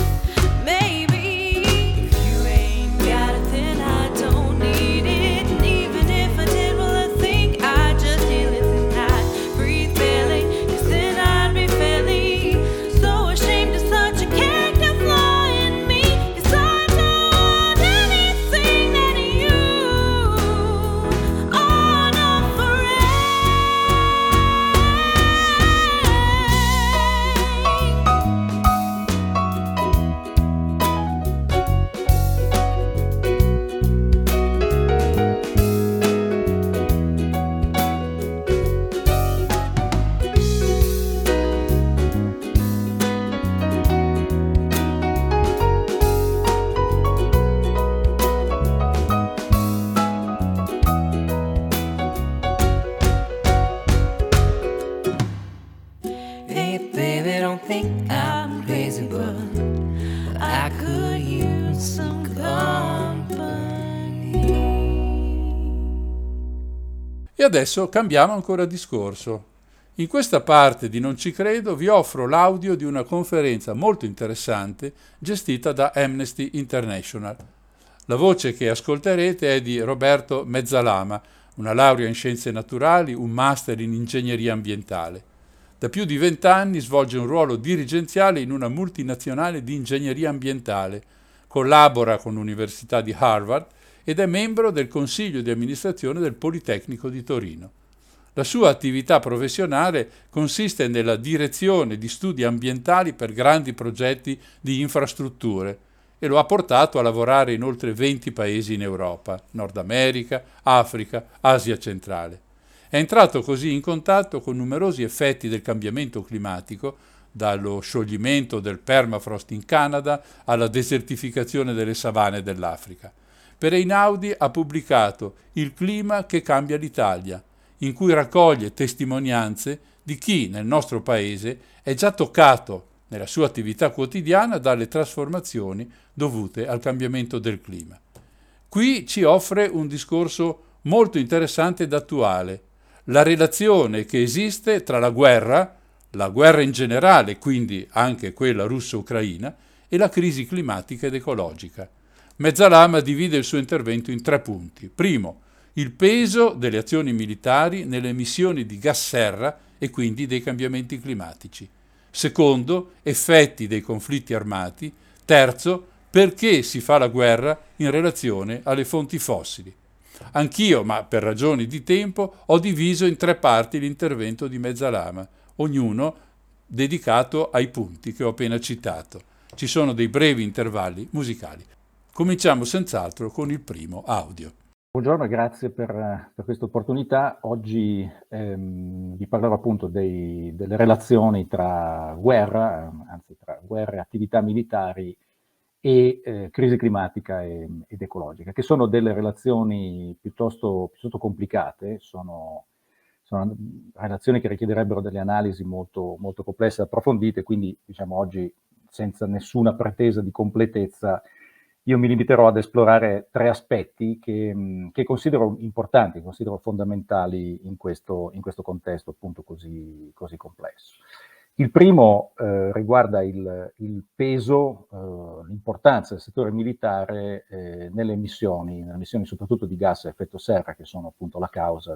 Maybe if you ain't got it then I don't need it, and even if I did, well I think I just heal it and I'd breathe barely. Cause then I'd be fairly so ashamed of such a character flaw in me. Cause I don't want anything that you aren't offering. Hey baby, don't think I'm crazy, but I could use some company. E adesso cambiamo ancora discorso. In questa parte di Non ci credo vi offro l'audio di una conferenza molto interessante gestita da Amnesty International. La voce che ascolterete è di Roberto Mezzalama, una laurea in scienze naturali, un master in ingegneria ambientale. Da più di 20 anni svolge un ruolo dirigenziale in una multinazionale di ingegneria ambientale, collabora con l'Università di Harvard ed è membro del Consiglio di amministrazione del Politecnico di Torino. La sua attività professionale consiste nella direzione di studi ambientali per grandi progetti di infrastrutture e lo ha portato a lavorare in oltre 20 paesi in Europa, Nord America, Africa, Asia centrale. È entrato così in contatto con numerosi effetti del cambiamento climatico, dallo scioglimento del permafrost in Canada alla desertificazione delle savane dell'Africa. Per Einaudi ha pubblicato Il clima che cambia l'Italia, in cui raccoglie testimonianze di chi nel nostro paese è già toccato nella sua attività quotidiana dalle trasformazioni dovute al cambiamento del clima. Qui ci offre un discorso molto interessante ed attuale, la relazione che esiste tra la guerra in generale, quindi anche quella russo-ucraina, e la crisi climatica ed ecologica. Mezzalama divide il suo intervento in 3 punti. Primo, il peso delle azioni militari nelle emissioni di gas serra e quindi dei cambiamenti climatici. Secondo, effetti dei conflitti armati. Terzo, perché si fa la guerra in relazione alle fonti fossili. Anch'io, ma per ragioni di tempo, ho diviso in 3 parti l'intervento di Mezzalama, ognuno dedicato ai punti che ho appena citato. Ci sono dei brevi intervalli musicali. Cominciamo senz'altro con il primo audio. Buongiorno e grazie per questa opportunità. Oggi vi parlerò appunto delle relazioni tra guerra, anzi tra guerra e attività militari e crisi climatica ed ecologica, che sono delle relazioni piuttosto complicate, sono relazioni che richiederebbero delle analisi molto, molto complesse e approfondite, quindi diciamo oggi senza nessuna pretesa di completezza io mi limiterò ad esplorare 3 aspetti che considero importanti, considero fondamentali in questo contesto appunto così complesso. Il primo riguarda il peso, l'importanza del settore militare nelle emissioni soprattutto di gas a effetto serra, che sono appunto la causa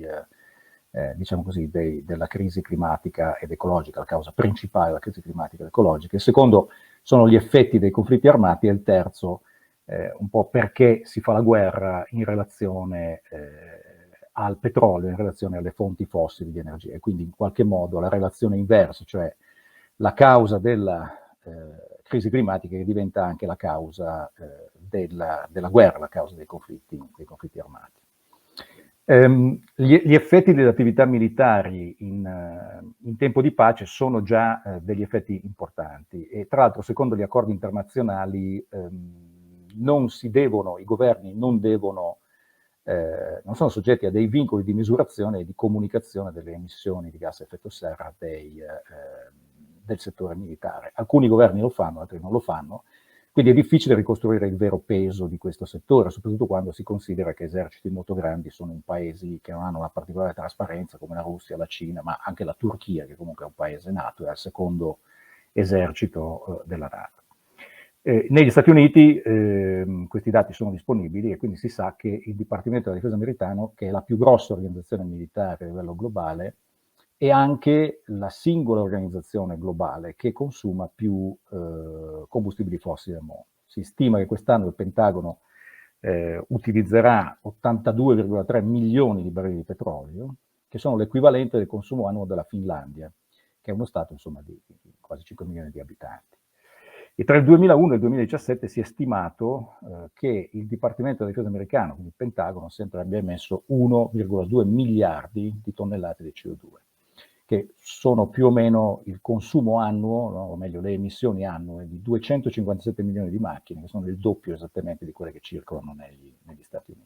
della crisi climatica ed ecologica, la causa principale della crisi climatica ed ecologica. Il secondo sono gli effetti dei conflitti armati e il terzo un po' perché si fa la guerra in relazione al petrolio, in relazione alle fonti fossili di energia, e quindi in qualche modo la relazione inversa, cioè la causa della crisi climatica che diventa anche la causa della guerra, la causa dei conflitti armati. Gli effetti delle attività militari in tempo di pace sono già degli effetti importanti e tra l'altro secondo gli accordi internazionali i governi non sono soggetti a dei vincoli di misurazione e di comunicazione delle emissioni di gas a effetto serra del settore militare. Alcuni governi lo fanno, altri non lo fanno. Quindi è difficile ricostruire il vero peso di questo settore, soprattutto quando si considera che eserciti molto grandi sono in paesi che non hanno una particolare trasparenza, come la Russia, la Cina, ma anche la Turchia, che comunque è un paese NATO, è al secondo esercito della NATO. Negli Stati Uniti questi dati sono disponibili e quindi si sa che il Dipartimento della Difesa americano, che è la più grossa organizzazione militare a livello globale, è anche la singola organizzazione globale che consuma più combustibili fossili al mondo. Si stima che quest'anno il Pentagono utilizzerà 82,3 milioni di barili di petrolio, che sono l'equivalente del consumo annuo della Finlandia, che è uno stato insomma di quasi 5 milioni di abitanti. E tra il 2001 e il 2017 si è stimato che il Dipartimento della Difesa americano, quindi il Pentagono, sempre abbia emesso 1,2 miliardi di tonnellate di CO2, che sono più o meno il consumo annuo, no? O meglio le emissioni annue di 257 milioni di macchine, che sono il doppio esattamente di quelle che circolano negli Stati Uniti.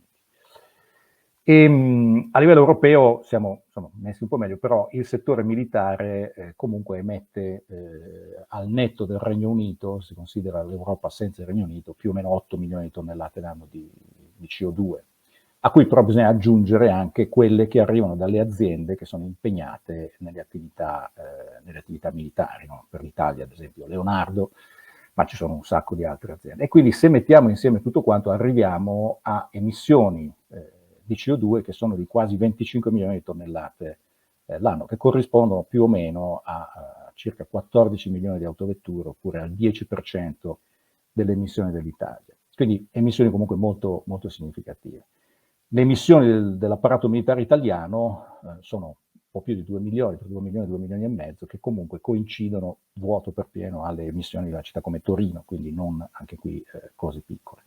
E, a livello europeo siamo messi un po' meglio, però il settore militare comunque emette al netto del Regno Unito, si considera l'Europa senza il Regno Unito, più o meno 8 milioni di tonnellate l'anno di CO2, a cui però bisogna aggiungere anche quelle che arrivano dalle aziende che sono impegnate nelle attività militari, no? Per l'Italia ad esempio Leonardo, ma ci sono un sacco di altre aziende. E quindi se mettiamo insieme tutto quanto arriviamo a emissioni di CO2 che sono di quasi 25 milioni di tonnellate l'anno, che corrispondono più o meno a circa 14 milioni di autovetture, oppure al 10% delle emissioni dell'Italia. Quindi emissioni comunque molto, molto significative. Le emissioni dell'apparato militare italiano sono un po' più di 2 milioni, per 2 milioni e mezzo, che comunque coincidono vuoto per pieno alle emissioni di una città come Torino, quindi non anche qui cose piccole.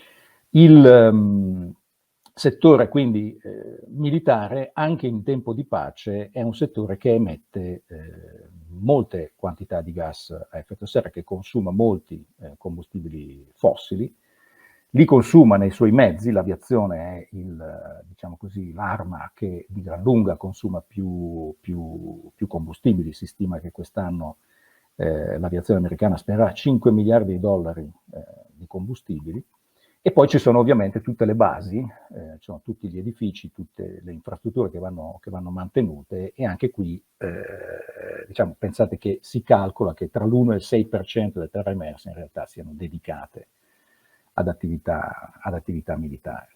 Il settore quindi militare, anche in tempo di pace, è un settore che emette molte quantità di gas a effetto serra, che consuma molti combustibili fossili, li consuma nei suoi mezzi. L'aviazione è diciamo così, l'arma che di gran lunga consuma più combustibili. Si stima che quest'anno l'aviazione americana spenderà 5 miliardi di dollari di combustibili. E poi ci sono ovviamente tutte le basi, ci sono tutti gli edifici, tutte le infrastrutture che vanno mantenute, e anche qui diciamo, pensate che si calcola che tra l'1 e il 6% delle terre emerse in realtà siano dedicate ad attività militari.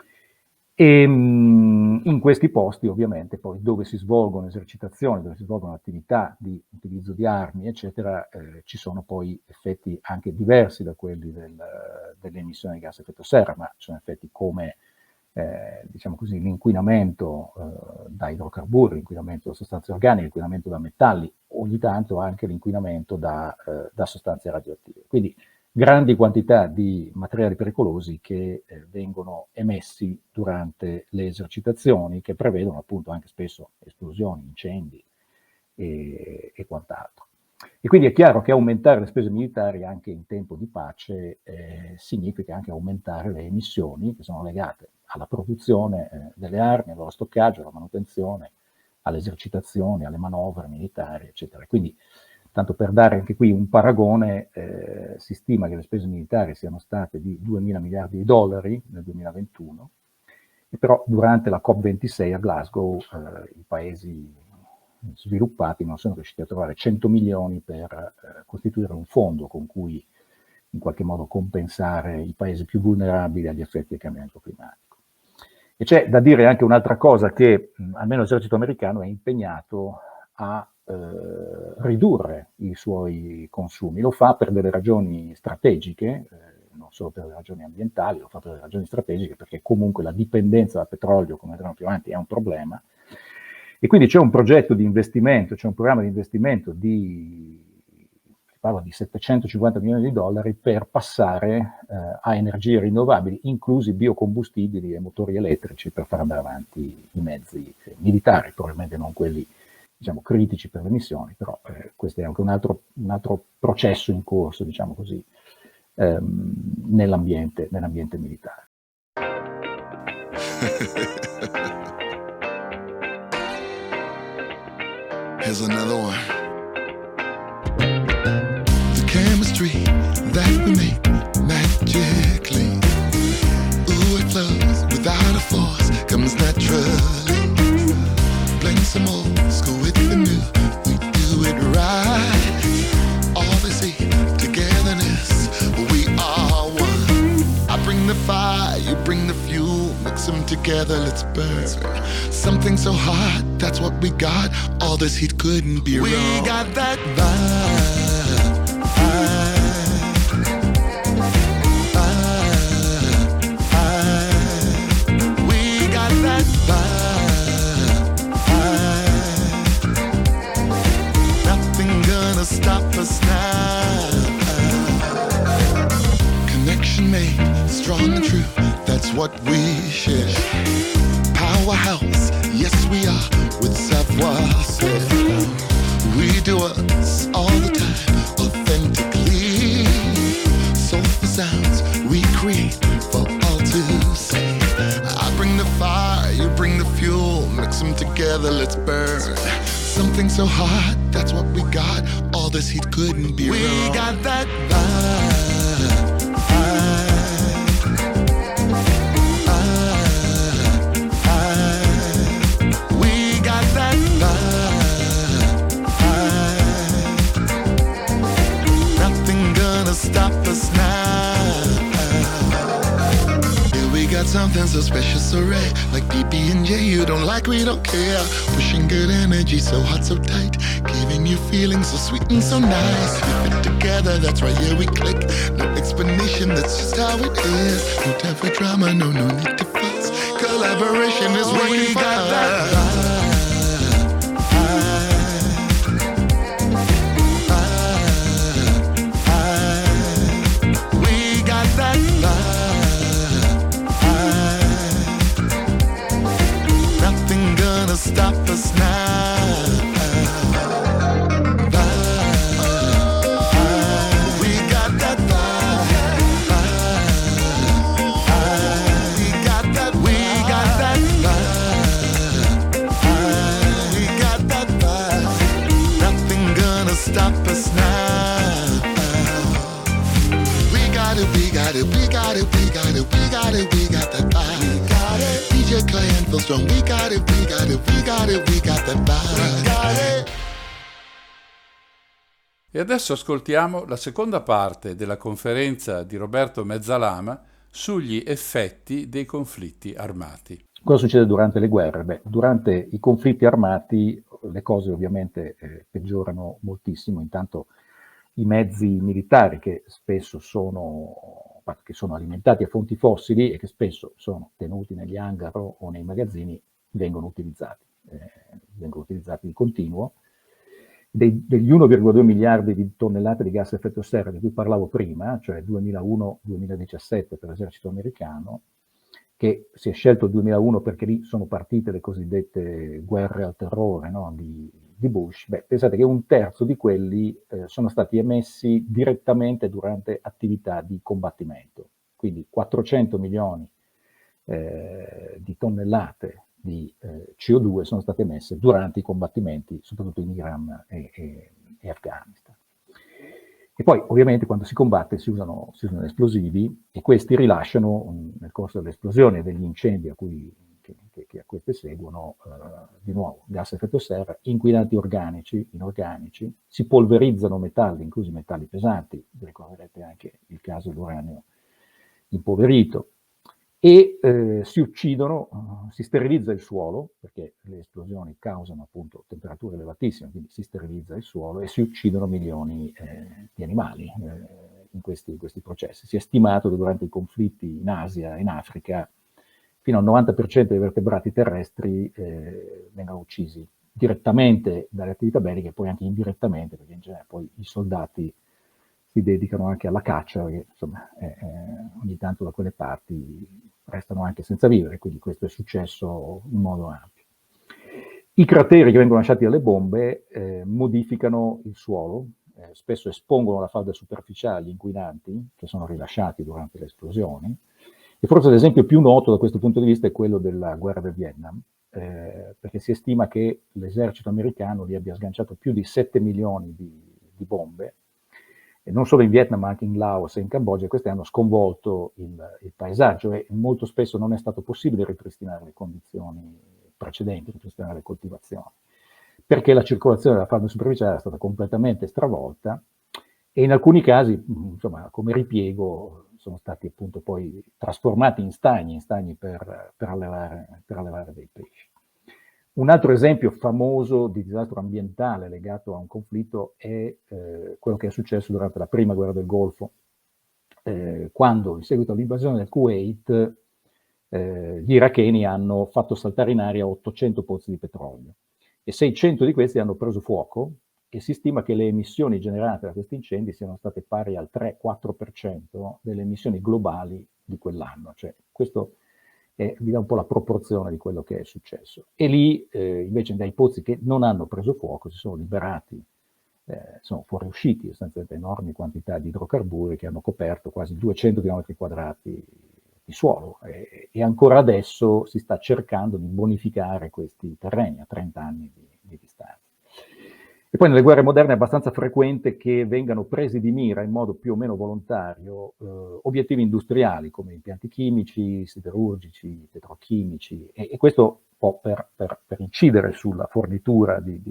E in questi posti ovviamente poi dove si svolgono esercitazioni, dove si svolgono attività di utilizzo di armi eccetera, ci sono poi effetti anche diversi da quelli delle emissioni di gas a effetto serra, ma ci sono effetti come diciamo così, l'inquinamento da idrocarburi, l'inquinamento da sostanze organiche, l'inquinamento da metalli, ogni tanto anche l'inquinamento da sostanze radioattive. Quindi grandi quantità di materiali pericolosi che vengono emessi durante le esercitazioni, che prevedono appunto anche spesso esplosioni, incendi e quant'altro. E quindi è chiaro che aumentare le spese militari anche in tempo di pace significa anche aumentare le emissioni che sono legate alla produzione delle armi, al loro stoccaggio, alla manutenzione, alle esercitazioni, alle manovre militari, eccetera. Quindi, tanto per dare anche qui un paragone, si stima che le spese militari siano state di 2.000 miliardi di dollari nel 2021, e però durante la COP26 a Glasgow i paesi sviluppati non sono riusciti a trovare 100 milioni per costituire un fondo con cui in qualche modo compensare i paesi più vulnerabili agli effetti del cambiamento climatico. E c'è da dire anche un'altra cosa, che almeno l'esercito americano è impegnato a ridurre i suoi consumi. Lo fa per delle ragioni strategiche, non solo per le ragioni ambientali, lo fa per delle ragioni strategiche, perché comunque la dipendenza dal petrolio, come vedremo più avanti, è un problema. E quindi c'è un progetto di investimento, c'è un programma di investimento di parla di 750 milioni di dollari per passare a energie rinnovabili, inclusi biocombustibili e motori elettrici, per far andare avanti i mezzi militari, probabilmente non quelli, diciamo, critici per le missioni, però questo è anche un altro processo in corso, diciamo così, nell'ambiente militare. Here's another one. The chemistry that we make magically. Ooh, it flows without a force, comes naturally. Blend some old school with the new, we do it right. All they see, togetherness, we are one. I bring the fire, you bring the fuel, mix them together, let's burn. Something so hot, that's what we got. All this heat couldn't be wrong. We got that vibe. We got that vibe. Nothing gonna stop us now. Connection made, strong and true, that's what we share. Powerhouse, yes we are, with savoir-faire. We do us all the time, authentically. Soulful sounds we create for all to see. I bring the fire, you bring the fuel, mix them together, let's burn. Something so hot, that's what we got. All this heat couldn't be wrong. We got that vibe. Stop us now. Yeah, we got something so special, so rare. Like PB&J, you don't like, we don't care. Pushing good energy, so hot, so tight. Giving you feelings so sweet and so nice. We fit together, that's right, yeah, we click. No explanation, that's just how it is. No time for drama, no need to fuss. Collaboration is what we got that. Stop us now. We got that vibe. We got that. We got that vibe. We got that vibe. Nothing gonna stop us now. We got it. We got it. We got it. We got it. We got it. We got that vibe. We got it. DJ Clay and Phil Strong. We got it. We got it. We got it. We got that vibe. We got it. E adesso ascoltiamo la seconda parte della conferenza di Roberto Mezzalama sugli effetti dei conflitti armati. Cosa succede durante le guerre? Beh, durante i conflitti armati le cose ovviamente peggiorano moltissimo. Intanto i mezzi militari che spesso sono alimentati a fonti fossili e che spesso sono tenuti negli hangar o nei magazzini vengono utilizzati di continuo. Degli 1,2 miliardi di tonnellate di gas a effetto serra di cui parlavo prima, cioè 2001-2017 per l'esercito americano, che si è scelto il 2001 perché lì sono partite le cosiddette guerre al terrore, no, di Bush. Beh, pensate che un terzo di quelli sono stati emessi direttamente durante attività di combattimento. Quindi 400 milioni di tonnellate di CO2 sono state emesse durante i combattimenti, soprattutto in Iran e Afghanistan. E poi ovviamente quando si combatte si usano esplosivi e questi rilasciano nel corso delle esplosioni e degli incendi che a queste seguono, di nuovo, gas a effetto serra, inquinanti organici, inorganici, si polverizzano metalli, inclusi metalli pesanti, vi ricorderete anche il caso dell'uranio impoverito, e si uccidono, si sterilizza il suolo, perché le esplosioni causano appunto temperature elevatissime, quindi si sterilizza il suolo e si uccidono milioni di animali in questi processi. Si è stimato che durante i conflitti in Asia e in Africa fino al 90% dei vertebrati terrestri vengono uccisi direttamente dalle attività belliche e poi anche indirettamente, perché in genere poi i soldati si dedicano anche alla caccia, perché insomma ogni tanto da quelle parti restano anche senza vivere, quindi questo è successo in modo ampio. I crateri che vengono lasciati dalle bombe modificano il suolo, spesso espongono la falda superficiale agli inquinanti che sono rilasciati durante le esplosioni, e forse l'esempio più noto da questo punto di vista è quello della guerra del Vietnam, perché si stima che l'esercito americano lì abbia sganciato più di 7 milioni di bombe, e non solo in Vietnam ma anche in Laos e in Cambogia. Queste hanno sconvolto il paesaggio e molto spesso non è stato possibile ripristinare le condizioni precedenti, ripristinare le coltivazioni, perché la circolazione della falda superficiale è stata completamente stravolta, e in alcuni casi, insomma, come ripiego sono stati appunto poi trasformati in stagni per allevare dei pesci. Un altro esempio famoso di disastro ambientale legato a un conflitto è quello che è successo durante la prima guerra del Golfo, quando in seguito all'invasione del Kuwait gli iracheni hanno fatto saltare in aria 800 pozzi di petrolio e 600 di questi hanno preso fuoco, e si stima che le emissioni generate da questi incendi siano state pari al 3-4% delle emissioni globali di quell'anno. Cioè, questo vi dà un po' la proporzione di quello che è successo. E lì, invece, dai pozzi che non hanno preso fuoco si sono liberati, sono fuoriusciti sostanzialmente enormi quantità di idrocarburi che hanno coperto quasi 200 km quadrati di suolo, e ancora adesso si sta cercando di bonificare questi terreni a 30 anni di distanza. E poi nelle guerre moderne è abbastanza frequente che vengano presi di mira in modo più o meno volontario obiettivi industriali come impianti chimici, siderurgici, petrochimici, e questo un po' per incidere sulla fornitura di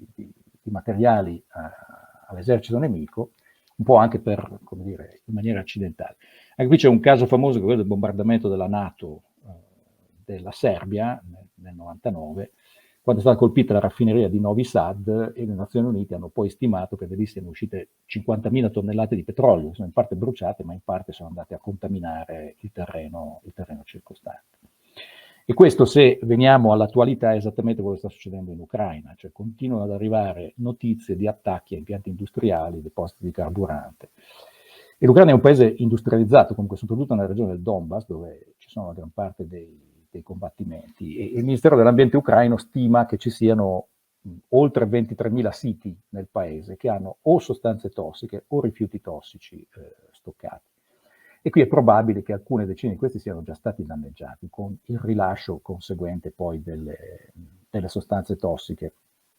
materiali all'esercito nemico, un po' anche per, come dire, in maniera accidentale. Anche qui c'è un caso famoso che è quello del bombardamento della NATO della Serbia nel 99, quando è stata colpita la raffineria di Novi Sad, e le Nazioni Unite hanno poi stimato che da lì siano uscite 50.000 tonnellate di petrolio, che sono in parte bruciate, ma in parte sono andate a contaminare il terreno circostante. E questo, se veniamo all'attualità, è esattamente quello che sta succedendo in Ucraina, cioè continuano ad arrivare notizie di attacchi a impianti industriali, depositi di carburante. E l'Ucraina è un paese industrializzato, comunque soprattutto nella regione del Donbass, dove ci sono la gran parte dei combattimenti, e il Ministero dell'Ambiente ucraino stima che ci siano oltre 23.000 siti nel paese che hanno o sostanze tossiche o rifiuti tossici stoccati. E qui è probabile che alcune decine di questi siano già stati danneggiati, con il rilascio conseguente poi delle sostanze tossiche.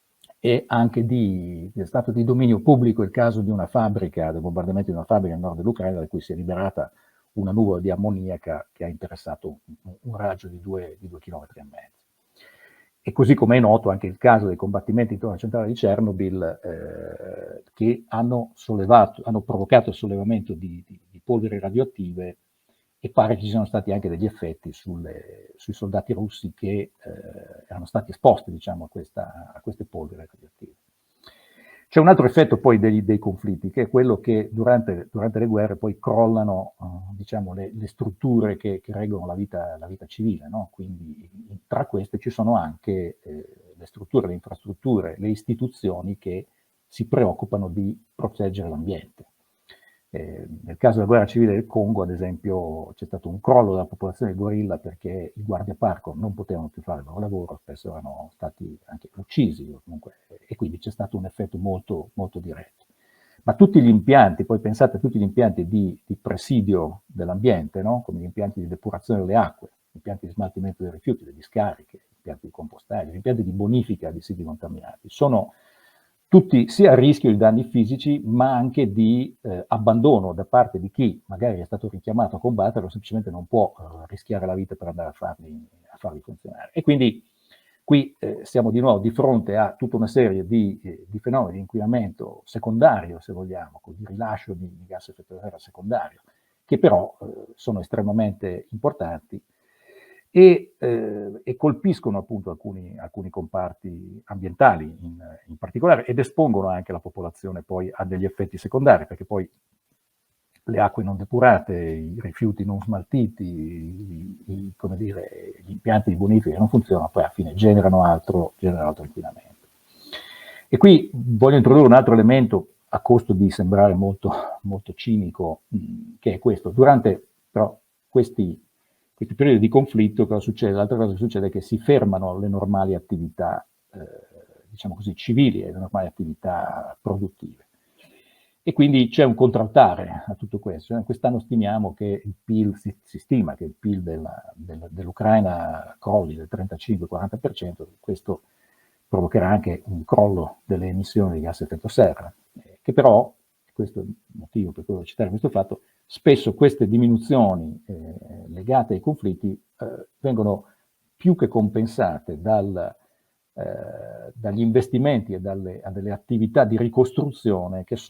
E anche è stato di dominio pubblico il caso di una fabbrica, del bombardamento di una fabbrica nel nord dell'Ucraina, da cui si è liberata una nuvola di ammoniaca che ha interessato un raggio di 2,5 chilometri. E così come è noto anche il caso dei combattimenti intorno alla centrale di Chernobyl, che hanno provocato il sollevamento di polveri radioattive, e pare che ci siano stati anche degli effetti sui soldati russi che erano stati esposti, diciamo, a queste polveri radioattive. C'è un altro effetto poi dei conflitti, che è quello che durante le guerre poi crollano diciamo, le strutture che reggono la vita civile, no? Quindi tra queste ci sono anche le strutture, le infrastrutture, le istituzioni che si preoccupano di proteggere l'ambiente. Nel caso della guerra civile del Congo, ad esempio, c'è stato un crollo della popolazione gorilla perché i guardiaparco non potevano più fare il loro lavoro, spesso erano stati anche uccisi, comunque, e quindi c'è stato un effetto molto, molto diretto. Ma tutti gli impianti, poi pensate a tutti gli impianti di presidio dell'ambiente, no? Come gli impianti di depurazione delle acque, gli impianti di smaltimento dei rifiuti, le discariche, gli impianti di compostaggio, gli impianti di bonifica di siti contaminati, sono tutti sia a rischio di danni fisici, ma anche di abbandono da parte di chi magari è stato richiamato a combattere o semplicemente non può rischiare la vita per andare a farli funzionare. E quindi qui siamo di nuovo di fronte a tutta una serie di fenomeni di inquinamento secondario, se vogliamo, di rilascio di gas a effetto serra secondario, che però sono estremamente importanti e colpiscono appunto alcuni comparti ambientali in particolare, ed espongono anche la popolazione poi a degli effetti secondari, perché poi le acque non depurate, i rifiuti non smaltiti, come dire, gli impianti di bonifica che non funzionano, poi alla fine generano altro inquinamento. E qui voglio introdurre un altro elemento, a costo di sembrare molto, molto cinico, che è questo. Durante però questi periodi di conflitto, cosa succede? L'altra cosa che succede è che si fermano le normali attività, diciamo così, civili e le normali attività produttive. E quindi c'è un contraltare a tutto questo. Quest'anno stimiamo che il PIL, si stima che il PIL dell'Ucraina crolli del 35-40%, questo provocherà anche un crollo delle emissioni di gas a effetto serra, che però, questo è il motivo per cui devo citare questo fatto, spesso queste diminuzioni legate ai conflitti vengono più che compensate dagli investimenti e a delle attività di ricostruzione che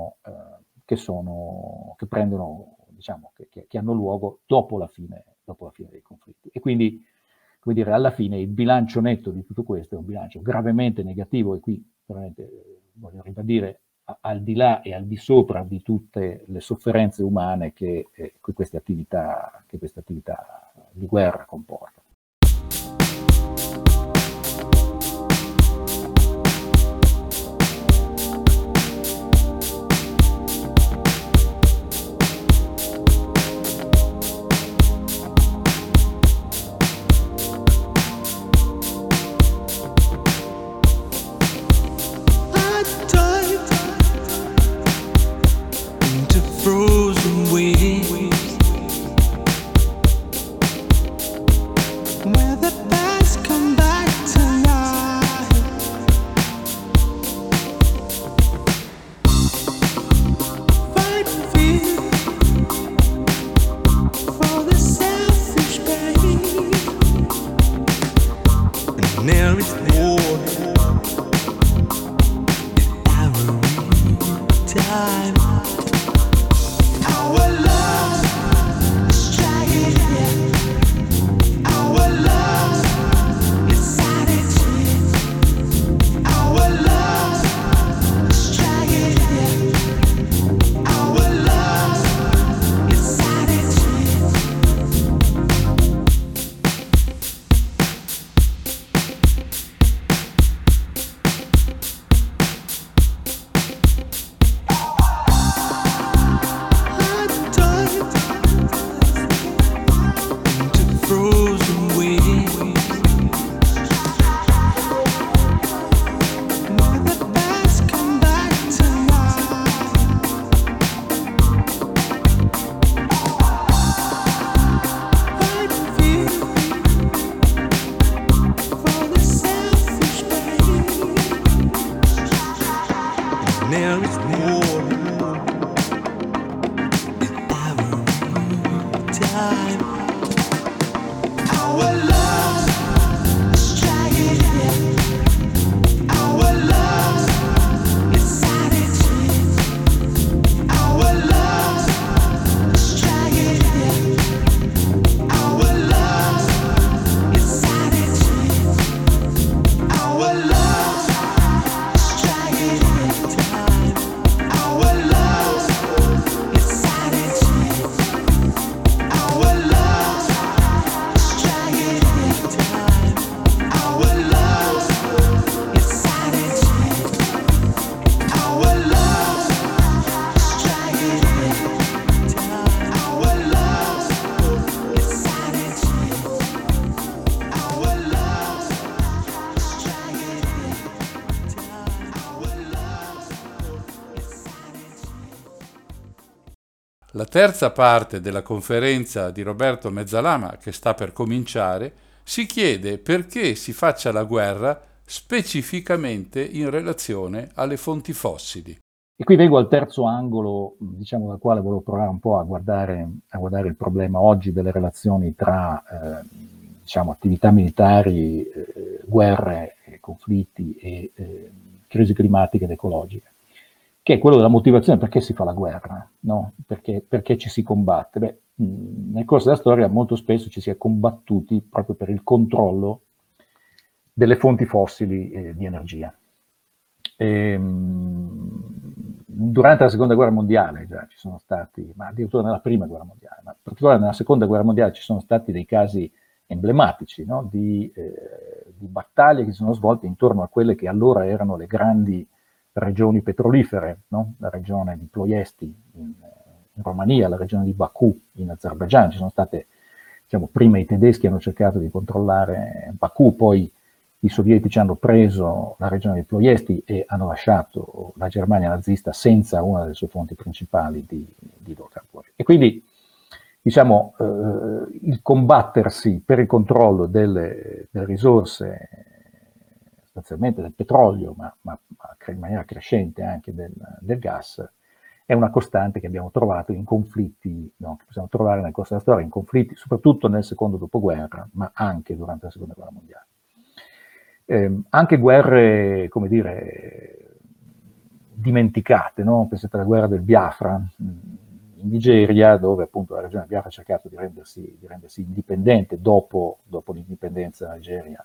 prendono, diciamo, che hanno luogo dopo la fine dei conflitti. E quindi, come dire, alla fine il bilancio netto di tutto questo è un bilancio gravemente negativo, e qui veramente voglio ribadire, al di là e al di sopra di tutte le sofferenze umane che queste attività di guerra comportano. Frozen waves where the past come back to life. Fight fear for the selfish pain, and there is war in our time. La terza parte della conferenza di Roberto Mezzalama, che sta per cominciare, si chiede perché si faccia la guerra specificamente in relazione alle fonti fossili. E qui vengo al terzo angolo, diciamo, dal quale volevo provare un po' a guardare il problema oggi delle relazioni tra diciamo, attività militari, guerre, conflitti e crisi climatiche ed ecologiche, che è quello della motivazione. Perché si fa la guerra, no? Perché ci si combatte? Beh, nel corso della storia molto spesso ci si è combattuti proprio per il controllo delle fonti fossili di energia. Durante la seconda guerra mondiale già ci sono stati, ma addirittura nella prima guerra mondiale, ma in particolare nella seconda guerra mondiale ci sono stati dei casi emblematici, no? di battaglie che si sono svolte intorno a quelle che allora erano le grandi regioni petrolifere, no? La regione di Ploiesti in Romania, la regione di Baku in Azerbaigian. Ci sono state, diciamo, prima i tedeschi hanno cercato di controllare Baku, poi i sovietici hanno preso la regione di Ploiesti e hanno lasciato la Germania nazista senza una delle sue fonti principali di idrocarburi. E quindi, diciamo, il combattersi per il controllo delle risorse, sostanzialmente del petrolio, ma in maniera crescente anche del gas, è una costante che abbiamo trovato in conflitti, no, che possiamo trovare nel corso della storia, in conflitti soprattutto nel secondo dopoguerra, ma anche durante la seconda guerra mondiale. Anche guerre, come dire, dimenticate, no? Pensate alla guerra del Biafra in Nigeria, dove appunto la regione Biafra ha cercato di rendersi indipendente dopo l'indipendenza della Nigeria.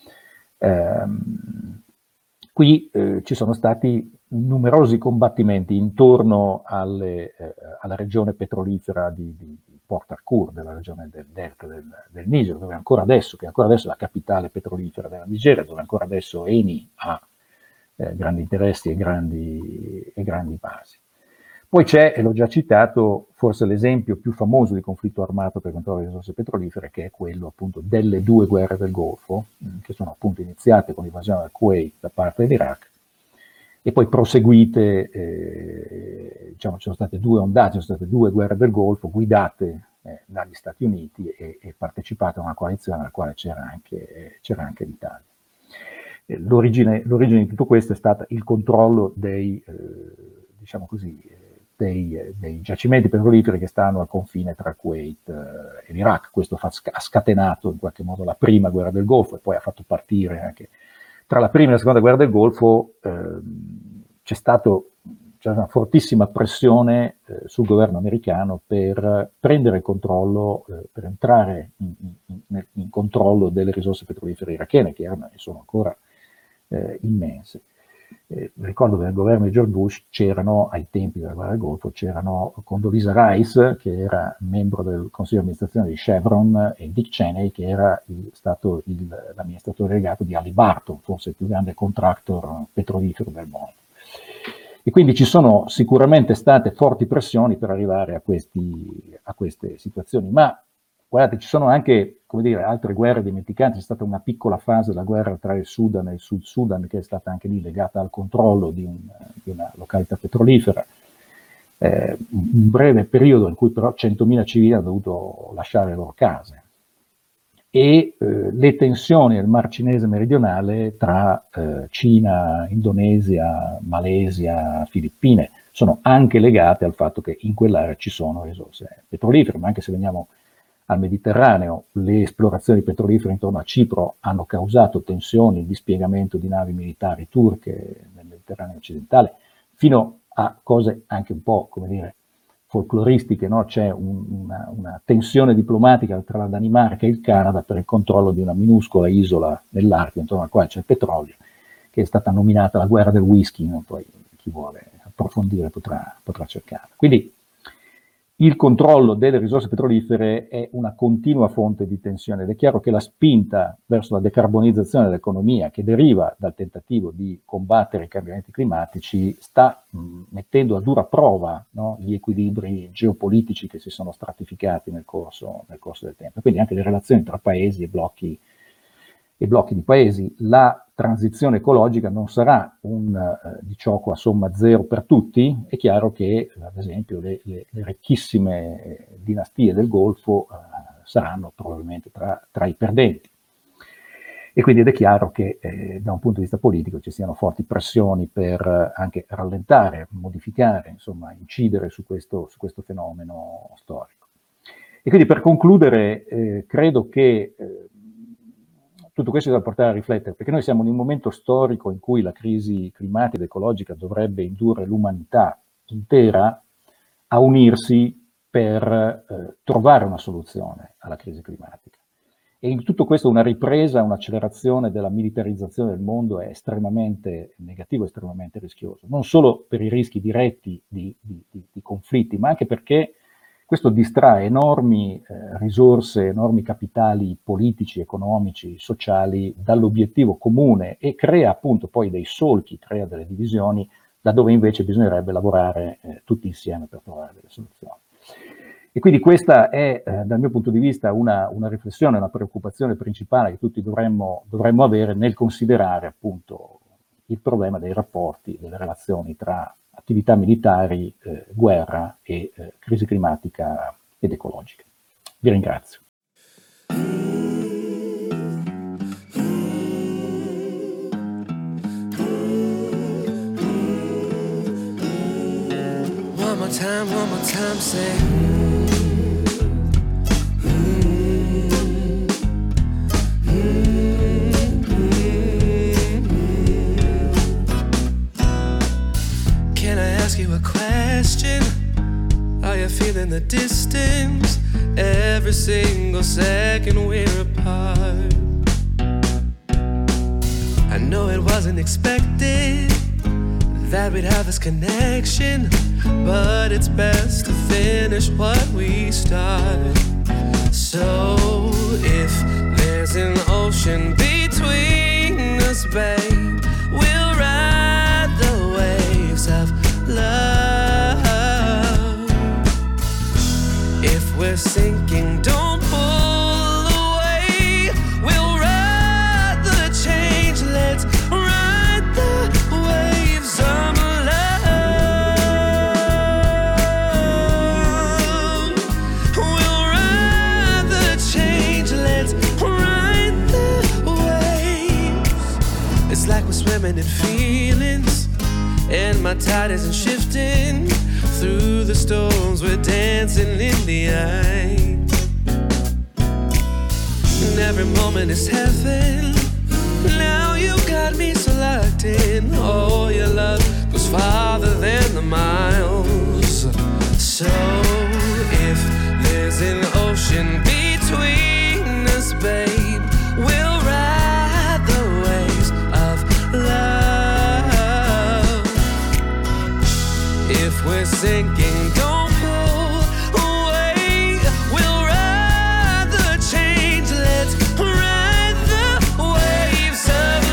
Qui ci sono stati numerosi combattimenti intorno alla regione petrolifera di Port Harcourt, della regione del delta del Niger, dove ancora adesso, che ancora adesso è la capitale petrolifera della Nigeria, dove ancora adesso Eni ha grandi interessi e grandi basi. Poi c'è, e l'ho già citato, forse l'esempio più famoso di conflitto armato per controllo delle risorse petrolifere, che è quello appunto delle due guerre del Golfo, che sono appunto iniziate con l'invasione del Kuwait da parte dell'Iraq, e poi proseguite, diciamo, ci sono state due ondate, ci sono state due guerre del Golfo guidate dagli Stati Uniti e partecipate a una coalizione nella quale c'era anche l'Italia. L'origine di tutto questo è stata il controllo diciamo così, dei giacimenti petroliferi che stanno al confine tra il Kuwait e l'Iraq. Questo ha scatenato in qualche modo la prima guerra del Golfo e poi ha fatto partire anche tra la prima e la seconda guerra del Golfo. C'è una fortissima pressione sul governo americano per prendere il controllo, per entrare in controllo delle risorse petrolifere irachene, che erano e sono ancora immense. Ricordo che nel governo di George Bush c'erano, ai tempi della guerra del Golfo, c'erano Condoleezza Rice, che era membro del consiglio di amministrazione di Chevron, e Dick Cheney, che era stato l'amministratore delegato di Halliburton, forse il più grande contractor petrolifero del mondo. E quindi ci sono sicuramente state forti pressioni per arrivare a queste situazioni, ma guardate, ci sono anche, come dire, altre guerre dimenticanti. C'è stata una piccola fase della guerra tra il Sudan e il Sud Sudan, che è stata anche lì legata al controllo di una località petrolifera. Un breve periodo in cui però 100.000 civili hanno dovuto lasciare le loro case. E le tensioni nel Mar Cinese meridionale tra Cina, Indonesia, Malesia, Filippine sono anche legate al fatto che in quell'area ci sono risorse petrolifere, ma anche se veniamo al Mediterraneo, le esplorazioni petrolifere intorno a Cipro hanno causato tensioni, il dispiegamento di navi militari turche nel Mediterraneo occidentale, fino a cose anche un po', come dire, folcloristiche, no? C'è una tensione diplomatica tra la Danimarca e il Canada per il controllo di una minuscola isola nell'Artico, intorno alla quale c'è il petrolio, che è stata nominata la guerra del whisky, no? Poi chi vuole approfondire potrà cercare. Quindi il controllo delle risorse petrolifere è una continua fonte di tensione ed è chiaro che la spinta verso la decarbonizzazione dell'economia, che deriva dal tentativo di combattere i cambiamenti climatici, sta mettendo a dura prova, no, gli equilibri geopolitici che si sono stratificati nel corso del tempo. Quindi anche le relazioni tra paesi e blocchi di paesi. La transizione ecologica non sarà di gioco a somma zero per tutti. È chiaro che, ad esempio, le ricchissime dinastie del Golfo saranno probabilmente tra i perdenti. E quindi ed è chiaro che da un punto di vista politico ci siano forti pressioni per anche rallentare, modificare, insomma, incidere su questo fenomeno storico. E quindi per concludere, credo che tutto questo deve portare a riflettere, perché noi siamo in un momento storico in cui la crisi climatica ed ecologica dovrebbe indurre l'umanità intera a unirsi per trovare una soluzione alla crisi climatica. E in tutto questo una ripresa, un'accelerazione della militarizzazione del mondo è estremamente negativo, estremamente rischioso, non solo per i rischi diretti di conflitti, ma anche perché questo distrae enormi risorse, enormi capitali politici, economici, sociali dall'obiettivo comune e crea appunto poi dei solchi, crea delle divisioni laddove invece bisognerebbe lavorare tutti insieme per trovare delle soluzioni. E quindi questa è, dal mio punto di vista, una riflessione, una preoccupazione principale che tutti dovremmo avere nel considerare appunto il problema dei rapporti, delle relazioni tra attività militari, guerra e crisi climatica ed ecologica. Vi ringrazio. One more time, say Can I ask you a question? Are you feeling the distance? Every single second we're apart. I know it wasn't expected that we'd have this connection, but it's best to finish what we start. So if there's an ocean between us, babe, we'll ride the waves of love. If we're sinking, don't pull away. We'll ride the change, let's ride the waves of love. We'll ride the change, let's ride the waves. It's like we're swimming in feelings, and my tide isn't shifting. Through the storms we're dancing in the eye, and every moment is heaven. Now you got me so locked in. Oh, your love goes farther than the miles. So if there's an ocean between us, babe, we'll ride the waves of love. If we're sinking, don't pull away. We'll ride the change, let's ride the waves of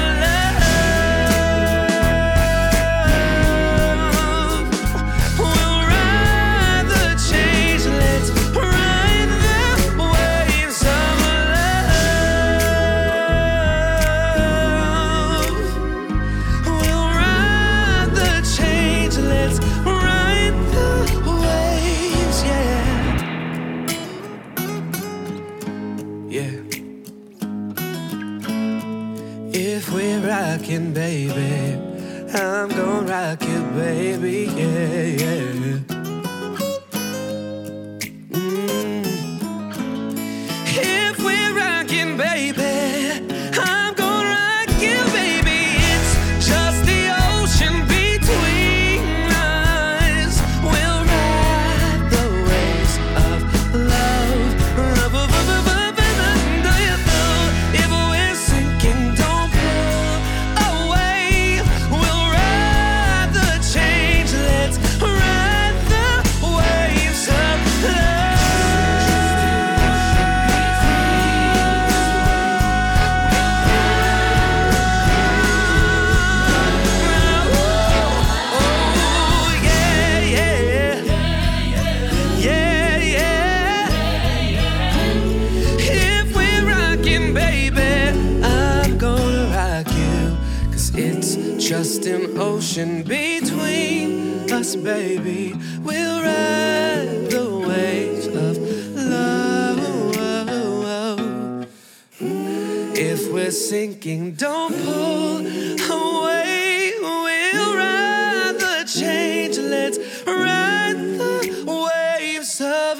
love. We'll ride the change, let's ride the waves of love. We'll ride the change, let's ride the waves, yeah. Yeah. If we're rocking, baby, I'm gonna rock you, baby, yeah, yeah. If we're rocking, baby, I'm gonna rock you, baby. It's just the ocean between us. We'll ride the waves of love. If we're sinking, don't pull away. We'll ride the change, let's ride the waves of oh, yeah, yeah. Yeah, yeah. If we're rocking, baby, I'm gonna rock you. 'Cause it's just an ocean between us, baby. We'll ride the waves of love. If we're sinking, don't pull away. We'll ride the change, let's ride the waves of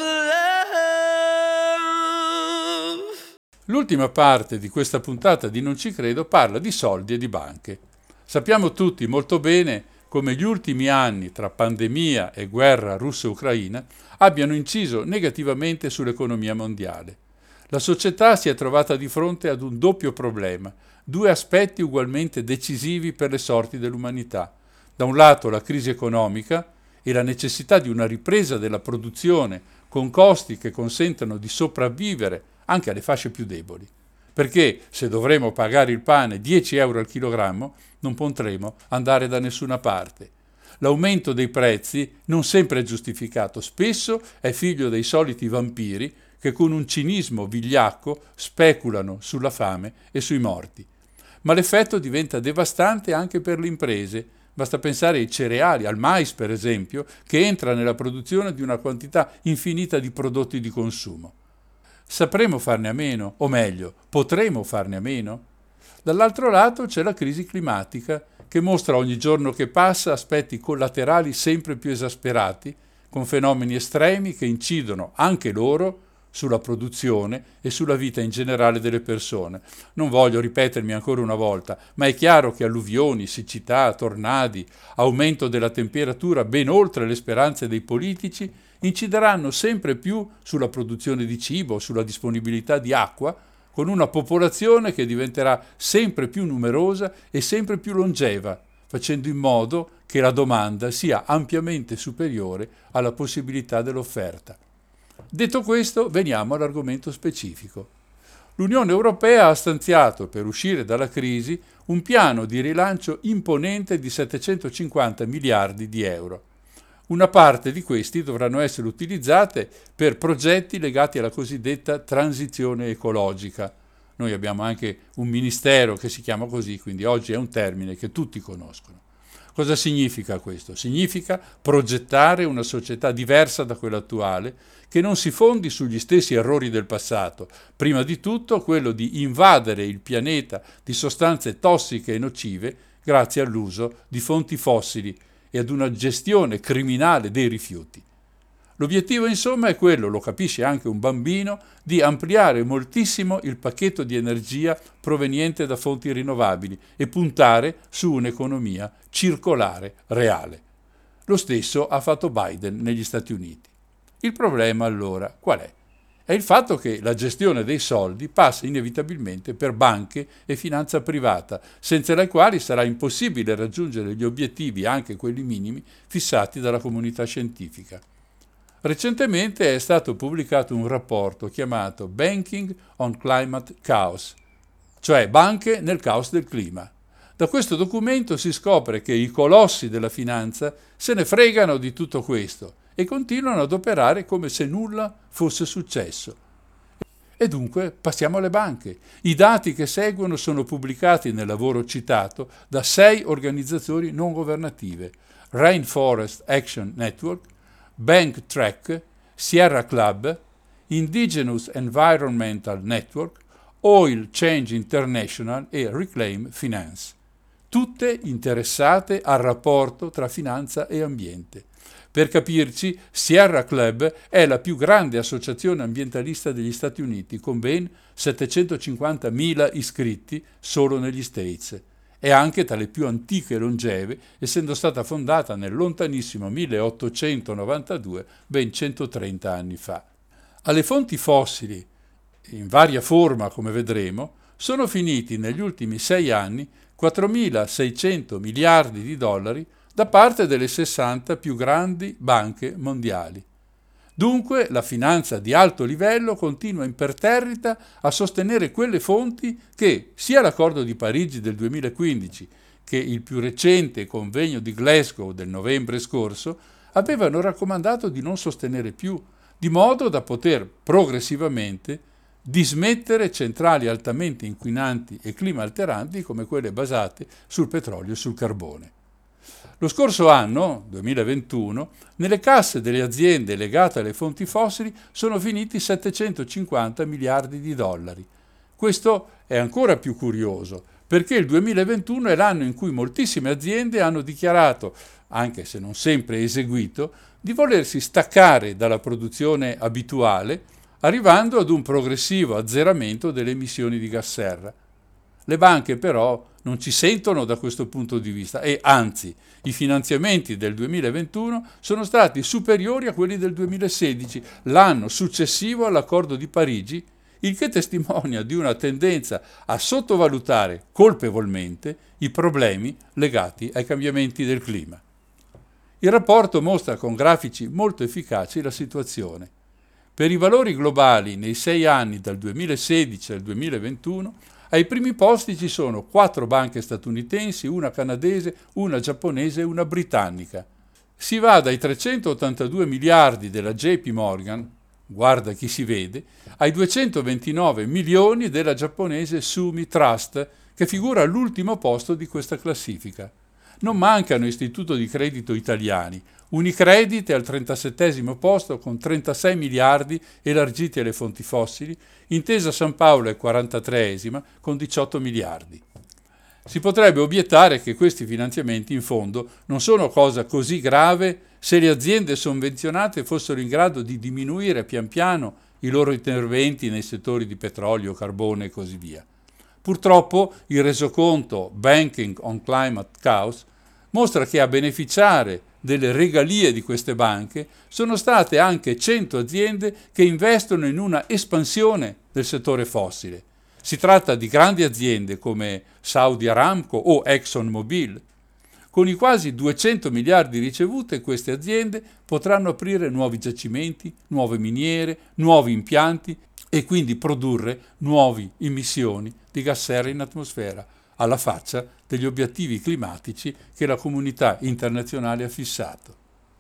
love. L'ultima parte di questa puntata di Non ci credo parla di soldi e di banche. Sappiamo tutti molto bene come gli ultimi anni tra pandemia e guerra russo-ucraina abbiano inciso negativamente sull'economia mondiale. La società si è trovata di fronte ad un doppio problema, due aspetti ugualmente decisivi per le sorti dell'umanità. Da un lato la crisi economica e la necessità di una ripresa della produzione con costi che consentano di sopravvivere anche alle fasce più deboli. Perché se dovremo pagare il pane 10 euro al chilogrammo non potremo andare da nessuna parte. L'aumento dei prezzi non sempre è giustificato, spesso è figlio dei soliti vampiri che con un cinismo vigliacco speculano sulla fame e sui morti. Ma l'effetto diventa devastante anche per le imprese. Basta pensare ai cereali, al mais per esempio, che entra nella produzione di una quantità infinita di prodotti di consumo. Sapremo farne a meno, o meglio, potremo farne a meno? Dall'altro lato c'è la crisi climatica, che mostra ogni giorno che passa aspetti collaterali sempre più esasperati, con fenomeni estremi che incidono anche loro sulla produzione e sulla vita in generale delle persone. Non voglio ripetermi ancora una volta, ma è chiaro che alluvioni, siccità, tornadi, aumento della temperatura ben oltre le speranze dei politici incideranno sempre più sulla produzione di cibo, sulla disponibilità di acqua, con una popolazione che diventerà sempre più numerosa e sempre più longeva, facendo in modo che la domanda sia ampiamente superiore alla possibilità dell'offerta. Detto questo, veniamo all'argomento specifico. L'Unione Europea ha stanziato per uscire dalla crisi un piano di rilancio imponente di 750 miliardi di euro. Una parte di questi dovranno essere utilizzate per progetti legati alla cosiddetta transizione ecologica. Noi abbiamo anche un ministero che si chiama così, quindi oggi è un termine che tutti conoscono. Cosa significa questo? Significa progettare una società diversa da quella attuale, che non si fondi sugli stessi errori del passato, prima di tutto quello di invadere il pianeta di sostanze tossiche e nocive grazie all'uso di fonti fossili e ad una gestione criminale dei rifiuti. L'obiettivo, insomma, è quello, lo capisce anche un bambino, di ampliare moltissimo il pacchetto di energia proveniente da fonti rinnovabili e puntare su un'economia circolare reale. Lo stesso ha fatto Biden negli Stati Uniti. Il problema allora qual è? È il fatto che la gestione dei soldi passa inevitabilmente per banche e finanza privata, senza le quali sarà impossibile raggiungere gli obiettivi, anche quelli minimi, fissati dalla comunità scientifica. Recentemente è stato pubblicato un rapporto chiamato Banking on Climate Chaos, cioè banche nel caos del clima. Da questo documento si scopre che i colossi della finanza se ne fregano di tutto questo e continuano ad operare come se nulla fosse successo. E dunque passiamo alle banche. I dati che seguono sono pubblicati nel lavoro citato da 6 organizzazioni non governative: Rainforest Action Network, Bank Track, Sierra Club, Indigenous Environmental Network, Oil Change International e Reclaim Finance, tutte interessate al rapporto tra finanza e ambiente. Per capirci, Sierra Club è la più grande associazione ambientalista degli Stati Uniti, con ben 750.000 iscritti solo negli States. È anche tra le più antiche e longeve, essendo stata fondata nel lontanissimo 1892, ben 130 anni fa. Alle fonti fossili, in varia forma come vedremo, sono finiti negli ultimi 6 anni 4.600 miliardi di dollari da parte delle 60 più grandi banche mondiali. Dunque la finanza di alto livello continua imperterrita a sostenere quelle fonti che sia l'Accordo di Parigi del 2015 che il più recente convegno di Glasgow del novembre scorso avevano raccomandato di non sostenere più, di modo da poter progressivamente dismettere centrali altamente inquinanti e clima alteranti come quelle basate sul petrolio e sul carbone. Lo scorso anno, 2021, nelle casse delle aziende legate alle fonti fossili sono finiti 750 miliardi di dollari. Questo è ancora più curioso, perché il 2021 è l'anno in cui moltissime aziende hanno dichiarato, anche se non sempre eseguito, di volersi staccare dalla produzione abituale, arrivando ad un progressivo azzeramento delle emissioni di gas serra. Le banche però non ci sentono da questo punto di vista e anzi i finanziamenti del 2021 sono stati superiori a quelli del 2016, l'anno successivo all'Accordo di Parigi, il che testimonia di una tendenza a sottovalutare colpevolmente i problemi legati ai cambiamenti del clima. Il rapporto mostra con grafici molto efficaci la situazione. Per i valori globali nei 6 anni dal 2016 al 2021 ai primi posti ci sono 4 banche statunitensi, una canadese, una giapponese e una britannica. Si va dai 382 miliardi della JP Morgan, guarda chi si vede, ai 229 milioni della giapponese Sumi Trust, che figura all'ultimo posto di questa classifica. Non mancano istituti di credito italiani. Unicredit è al 37° posto con 36 miliardi elargiti alle fonti fossili, Intesa San Paolo è 43esima con 18 miliardi. Si potrebbe obiettare che questi finanziamenti in fondo non sono cosa così grave se le aziende sovvenzionate fossero in grado di diminuire pian piano i loro interventi nei settori di petrolio, carbone e così via. Purtroppo il resoconto Banking on Climate Chaos mostra che a beneficiare delle regalie di queste banche sono state anche 100 aziende che investono in una espansione del settore fossile. Si tratta di grandi aziende come Saudi Aramco o ExxonMobil. Con i quasi 200 miliardi ricevute, queste aziende potranno aprire nuovi giacimenti, nuove miniere, nuovi impianti e quindi produrre nuove emissioni di gas serra in atmosfera, alla faccia degli obiettivi climatici che la comunità internazionale ha fissato.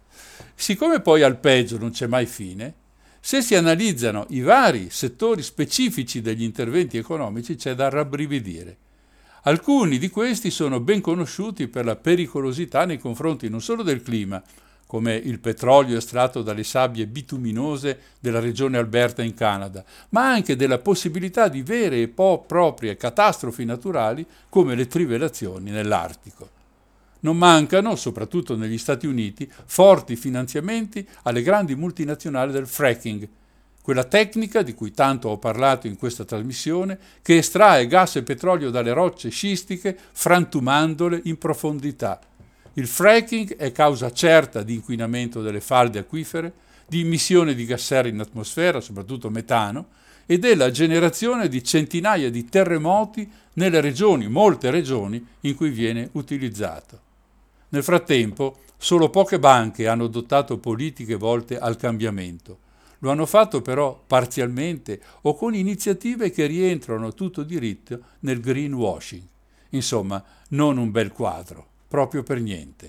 Siccome poi al peggio non c'è mai fine, se si analizzano i vari settori specifici degli interventi economici c'è da rabbrividire. Alcuni di questi sono ben conosciuti per la pericolosità nei confronti non solo del clima, come il petrolio estratto dalle sabbie bituminose della regione Alberta in Canada, ma anche della possibilità di vere e proprie catastrofi naturali come le trivellazioni nell'Artico. Non mancano, soprattutto negli Stati Uniti, forti finanziamenti alle grandi multinazionali del fracking, quella tecnica di cui tanto ho parlato in questa trasmissione, che estrae gas e petrolio dalle rocce scistiche frantumandole in profondità. Il fracking è causa certa di inquinamento delle falde acquifere, di emissione di gas serra in atmosfera, soprattutto metano, e della generazione di centinaia di terremoti nelle regioni, molte regioni, in cui viene utilizzato. Nel frattempo, solo poche banche hanno adottato politiche volte al cambiamento. Lo hanno fatto però parzialmente o con iniziative che rientrano a tutto diritto nel greenwashing. Insomma, non un bel quadro, proprio per niente.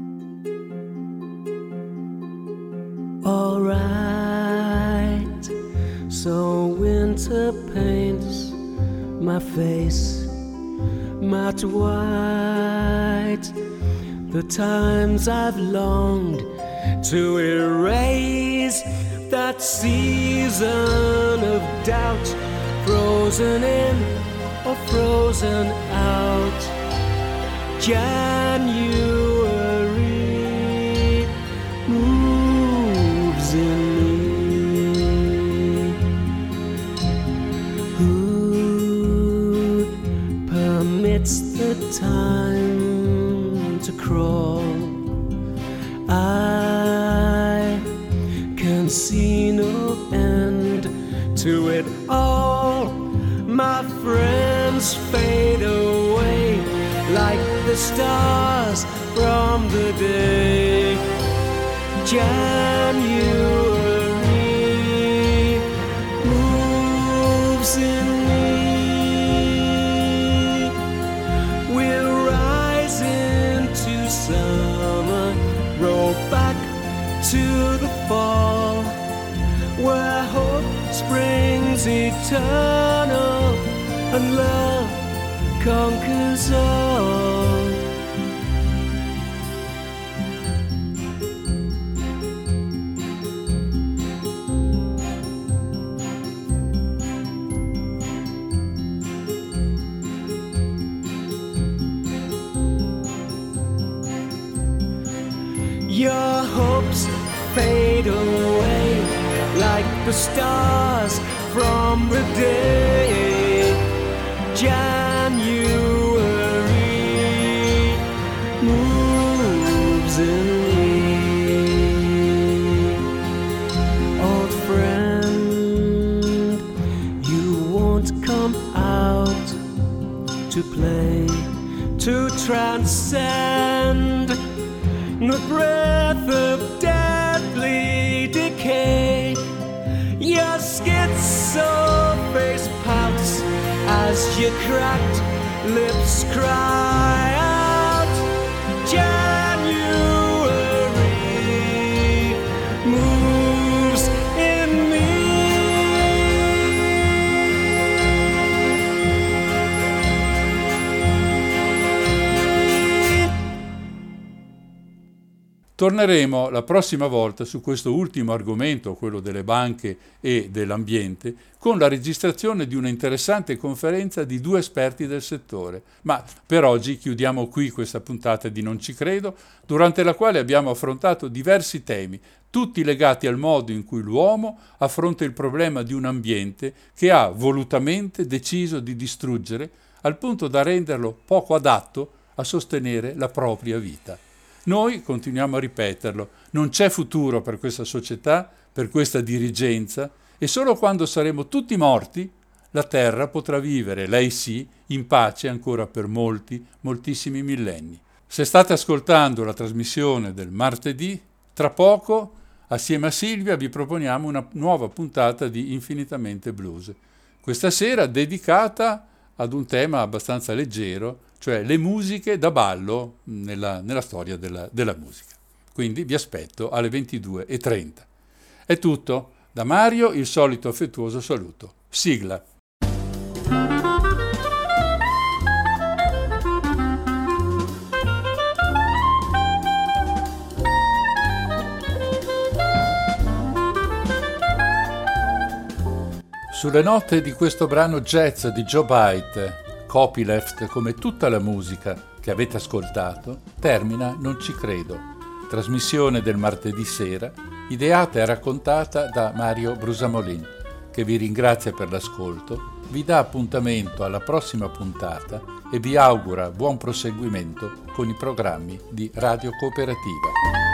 All right, so winter paints my face much white. The times I've longed to erase that season of doubt, frozen in or frozen out. January moves in me. Who permits the time to crawl? I can see no end to it all. My friends fade away like the stars from the day. January moves in me. We'll rise into summer, roll back to the fall, where hope springs eternal and love conquers all. Your hopes fade away like the stars from the day. January moves in me. Old friend, you won't come out to play, to transcend the breath of deadly decay. Your schizo face pouts as your cracked lips cry out. January Torneremo la prossima volta su questo ultimo argomento, quello delle banche e dell'ambiente, con la registrazione di una interessante conferenza di 2 esperti del settore. Ma per oggi chiudiamo qui questa puntata di Non ci credo, durante la quale abbiamo affrontato diversi temi, tutti legati al modo in cui l'uomo affronta il problema di un ambiente che ha volutamente deciso di distruggere, al punto da renderlo poco adatto a sostenere la propria vita. Noi continuiamo a ripeterlo, non c'è futuro per questa società, per questa dirigenza, e solo quando saremo tutti morti la Terra potrà vivere, lei sì, in pace ancora per moltissimi millenni. Se state ascoltando la trasmissione del martedì, tra poco, assieme a Silvia, vi proponiamo una nuova puntata di Infinitamente Blues. Questa sera dedicata ad un tema abbastanza leggero, cioè le musiche da ballo nella storia della musica. Quindi vi aspetto alle 22:30. È tutto. Da Mario il solito affettuoso saluto. Sigla. Sulle note di questo brano jazz di Joe Byte, copyleft come tutta la musica che avete ascoltato, termina Non ci credo, trasmissione del martedì sera, ideata e raccontata da Mario Brusamolin, che vi ringrazia per l'ascolto, vi dà appuntamento alla prossima puntata e vi augura buon proseguimento con i programmi di Radio Cooperativa.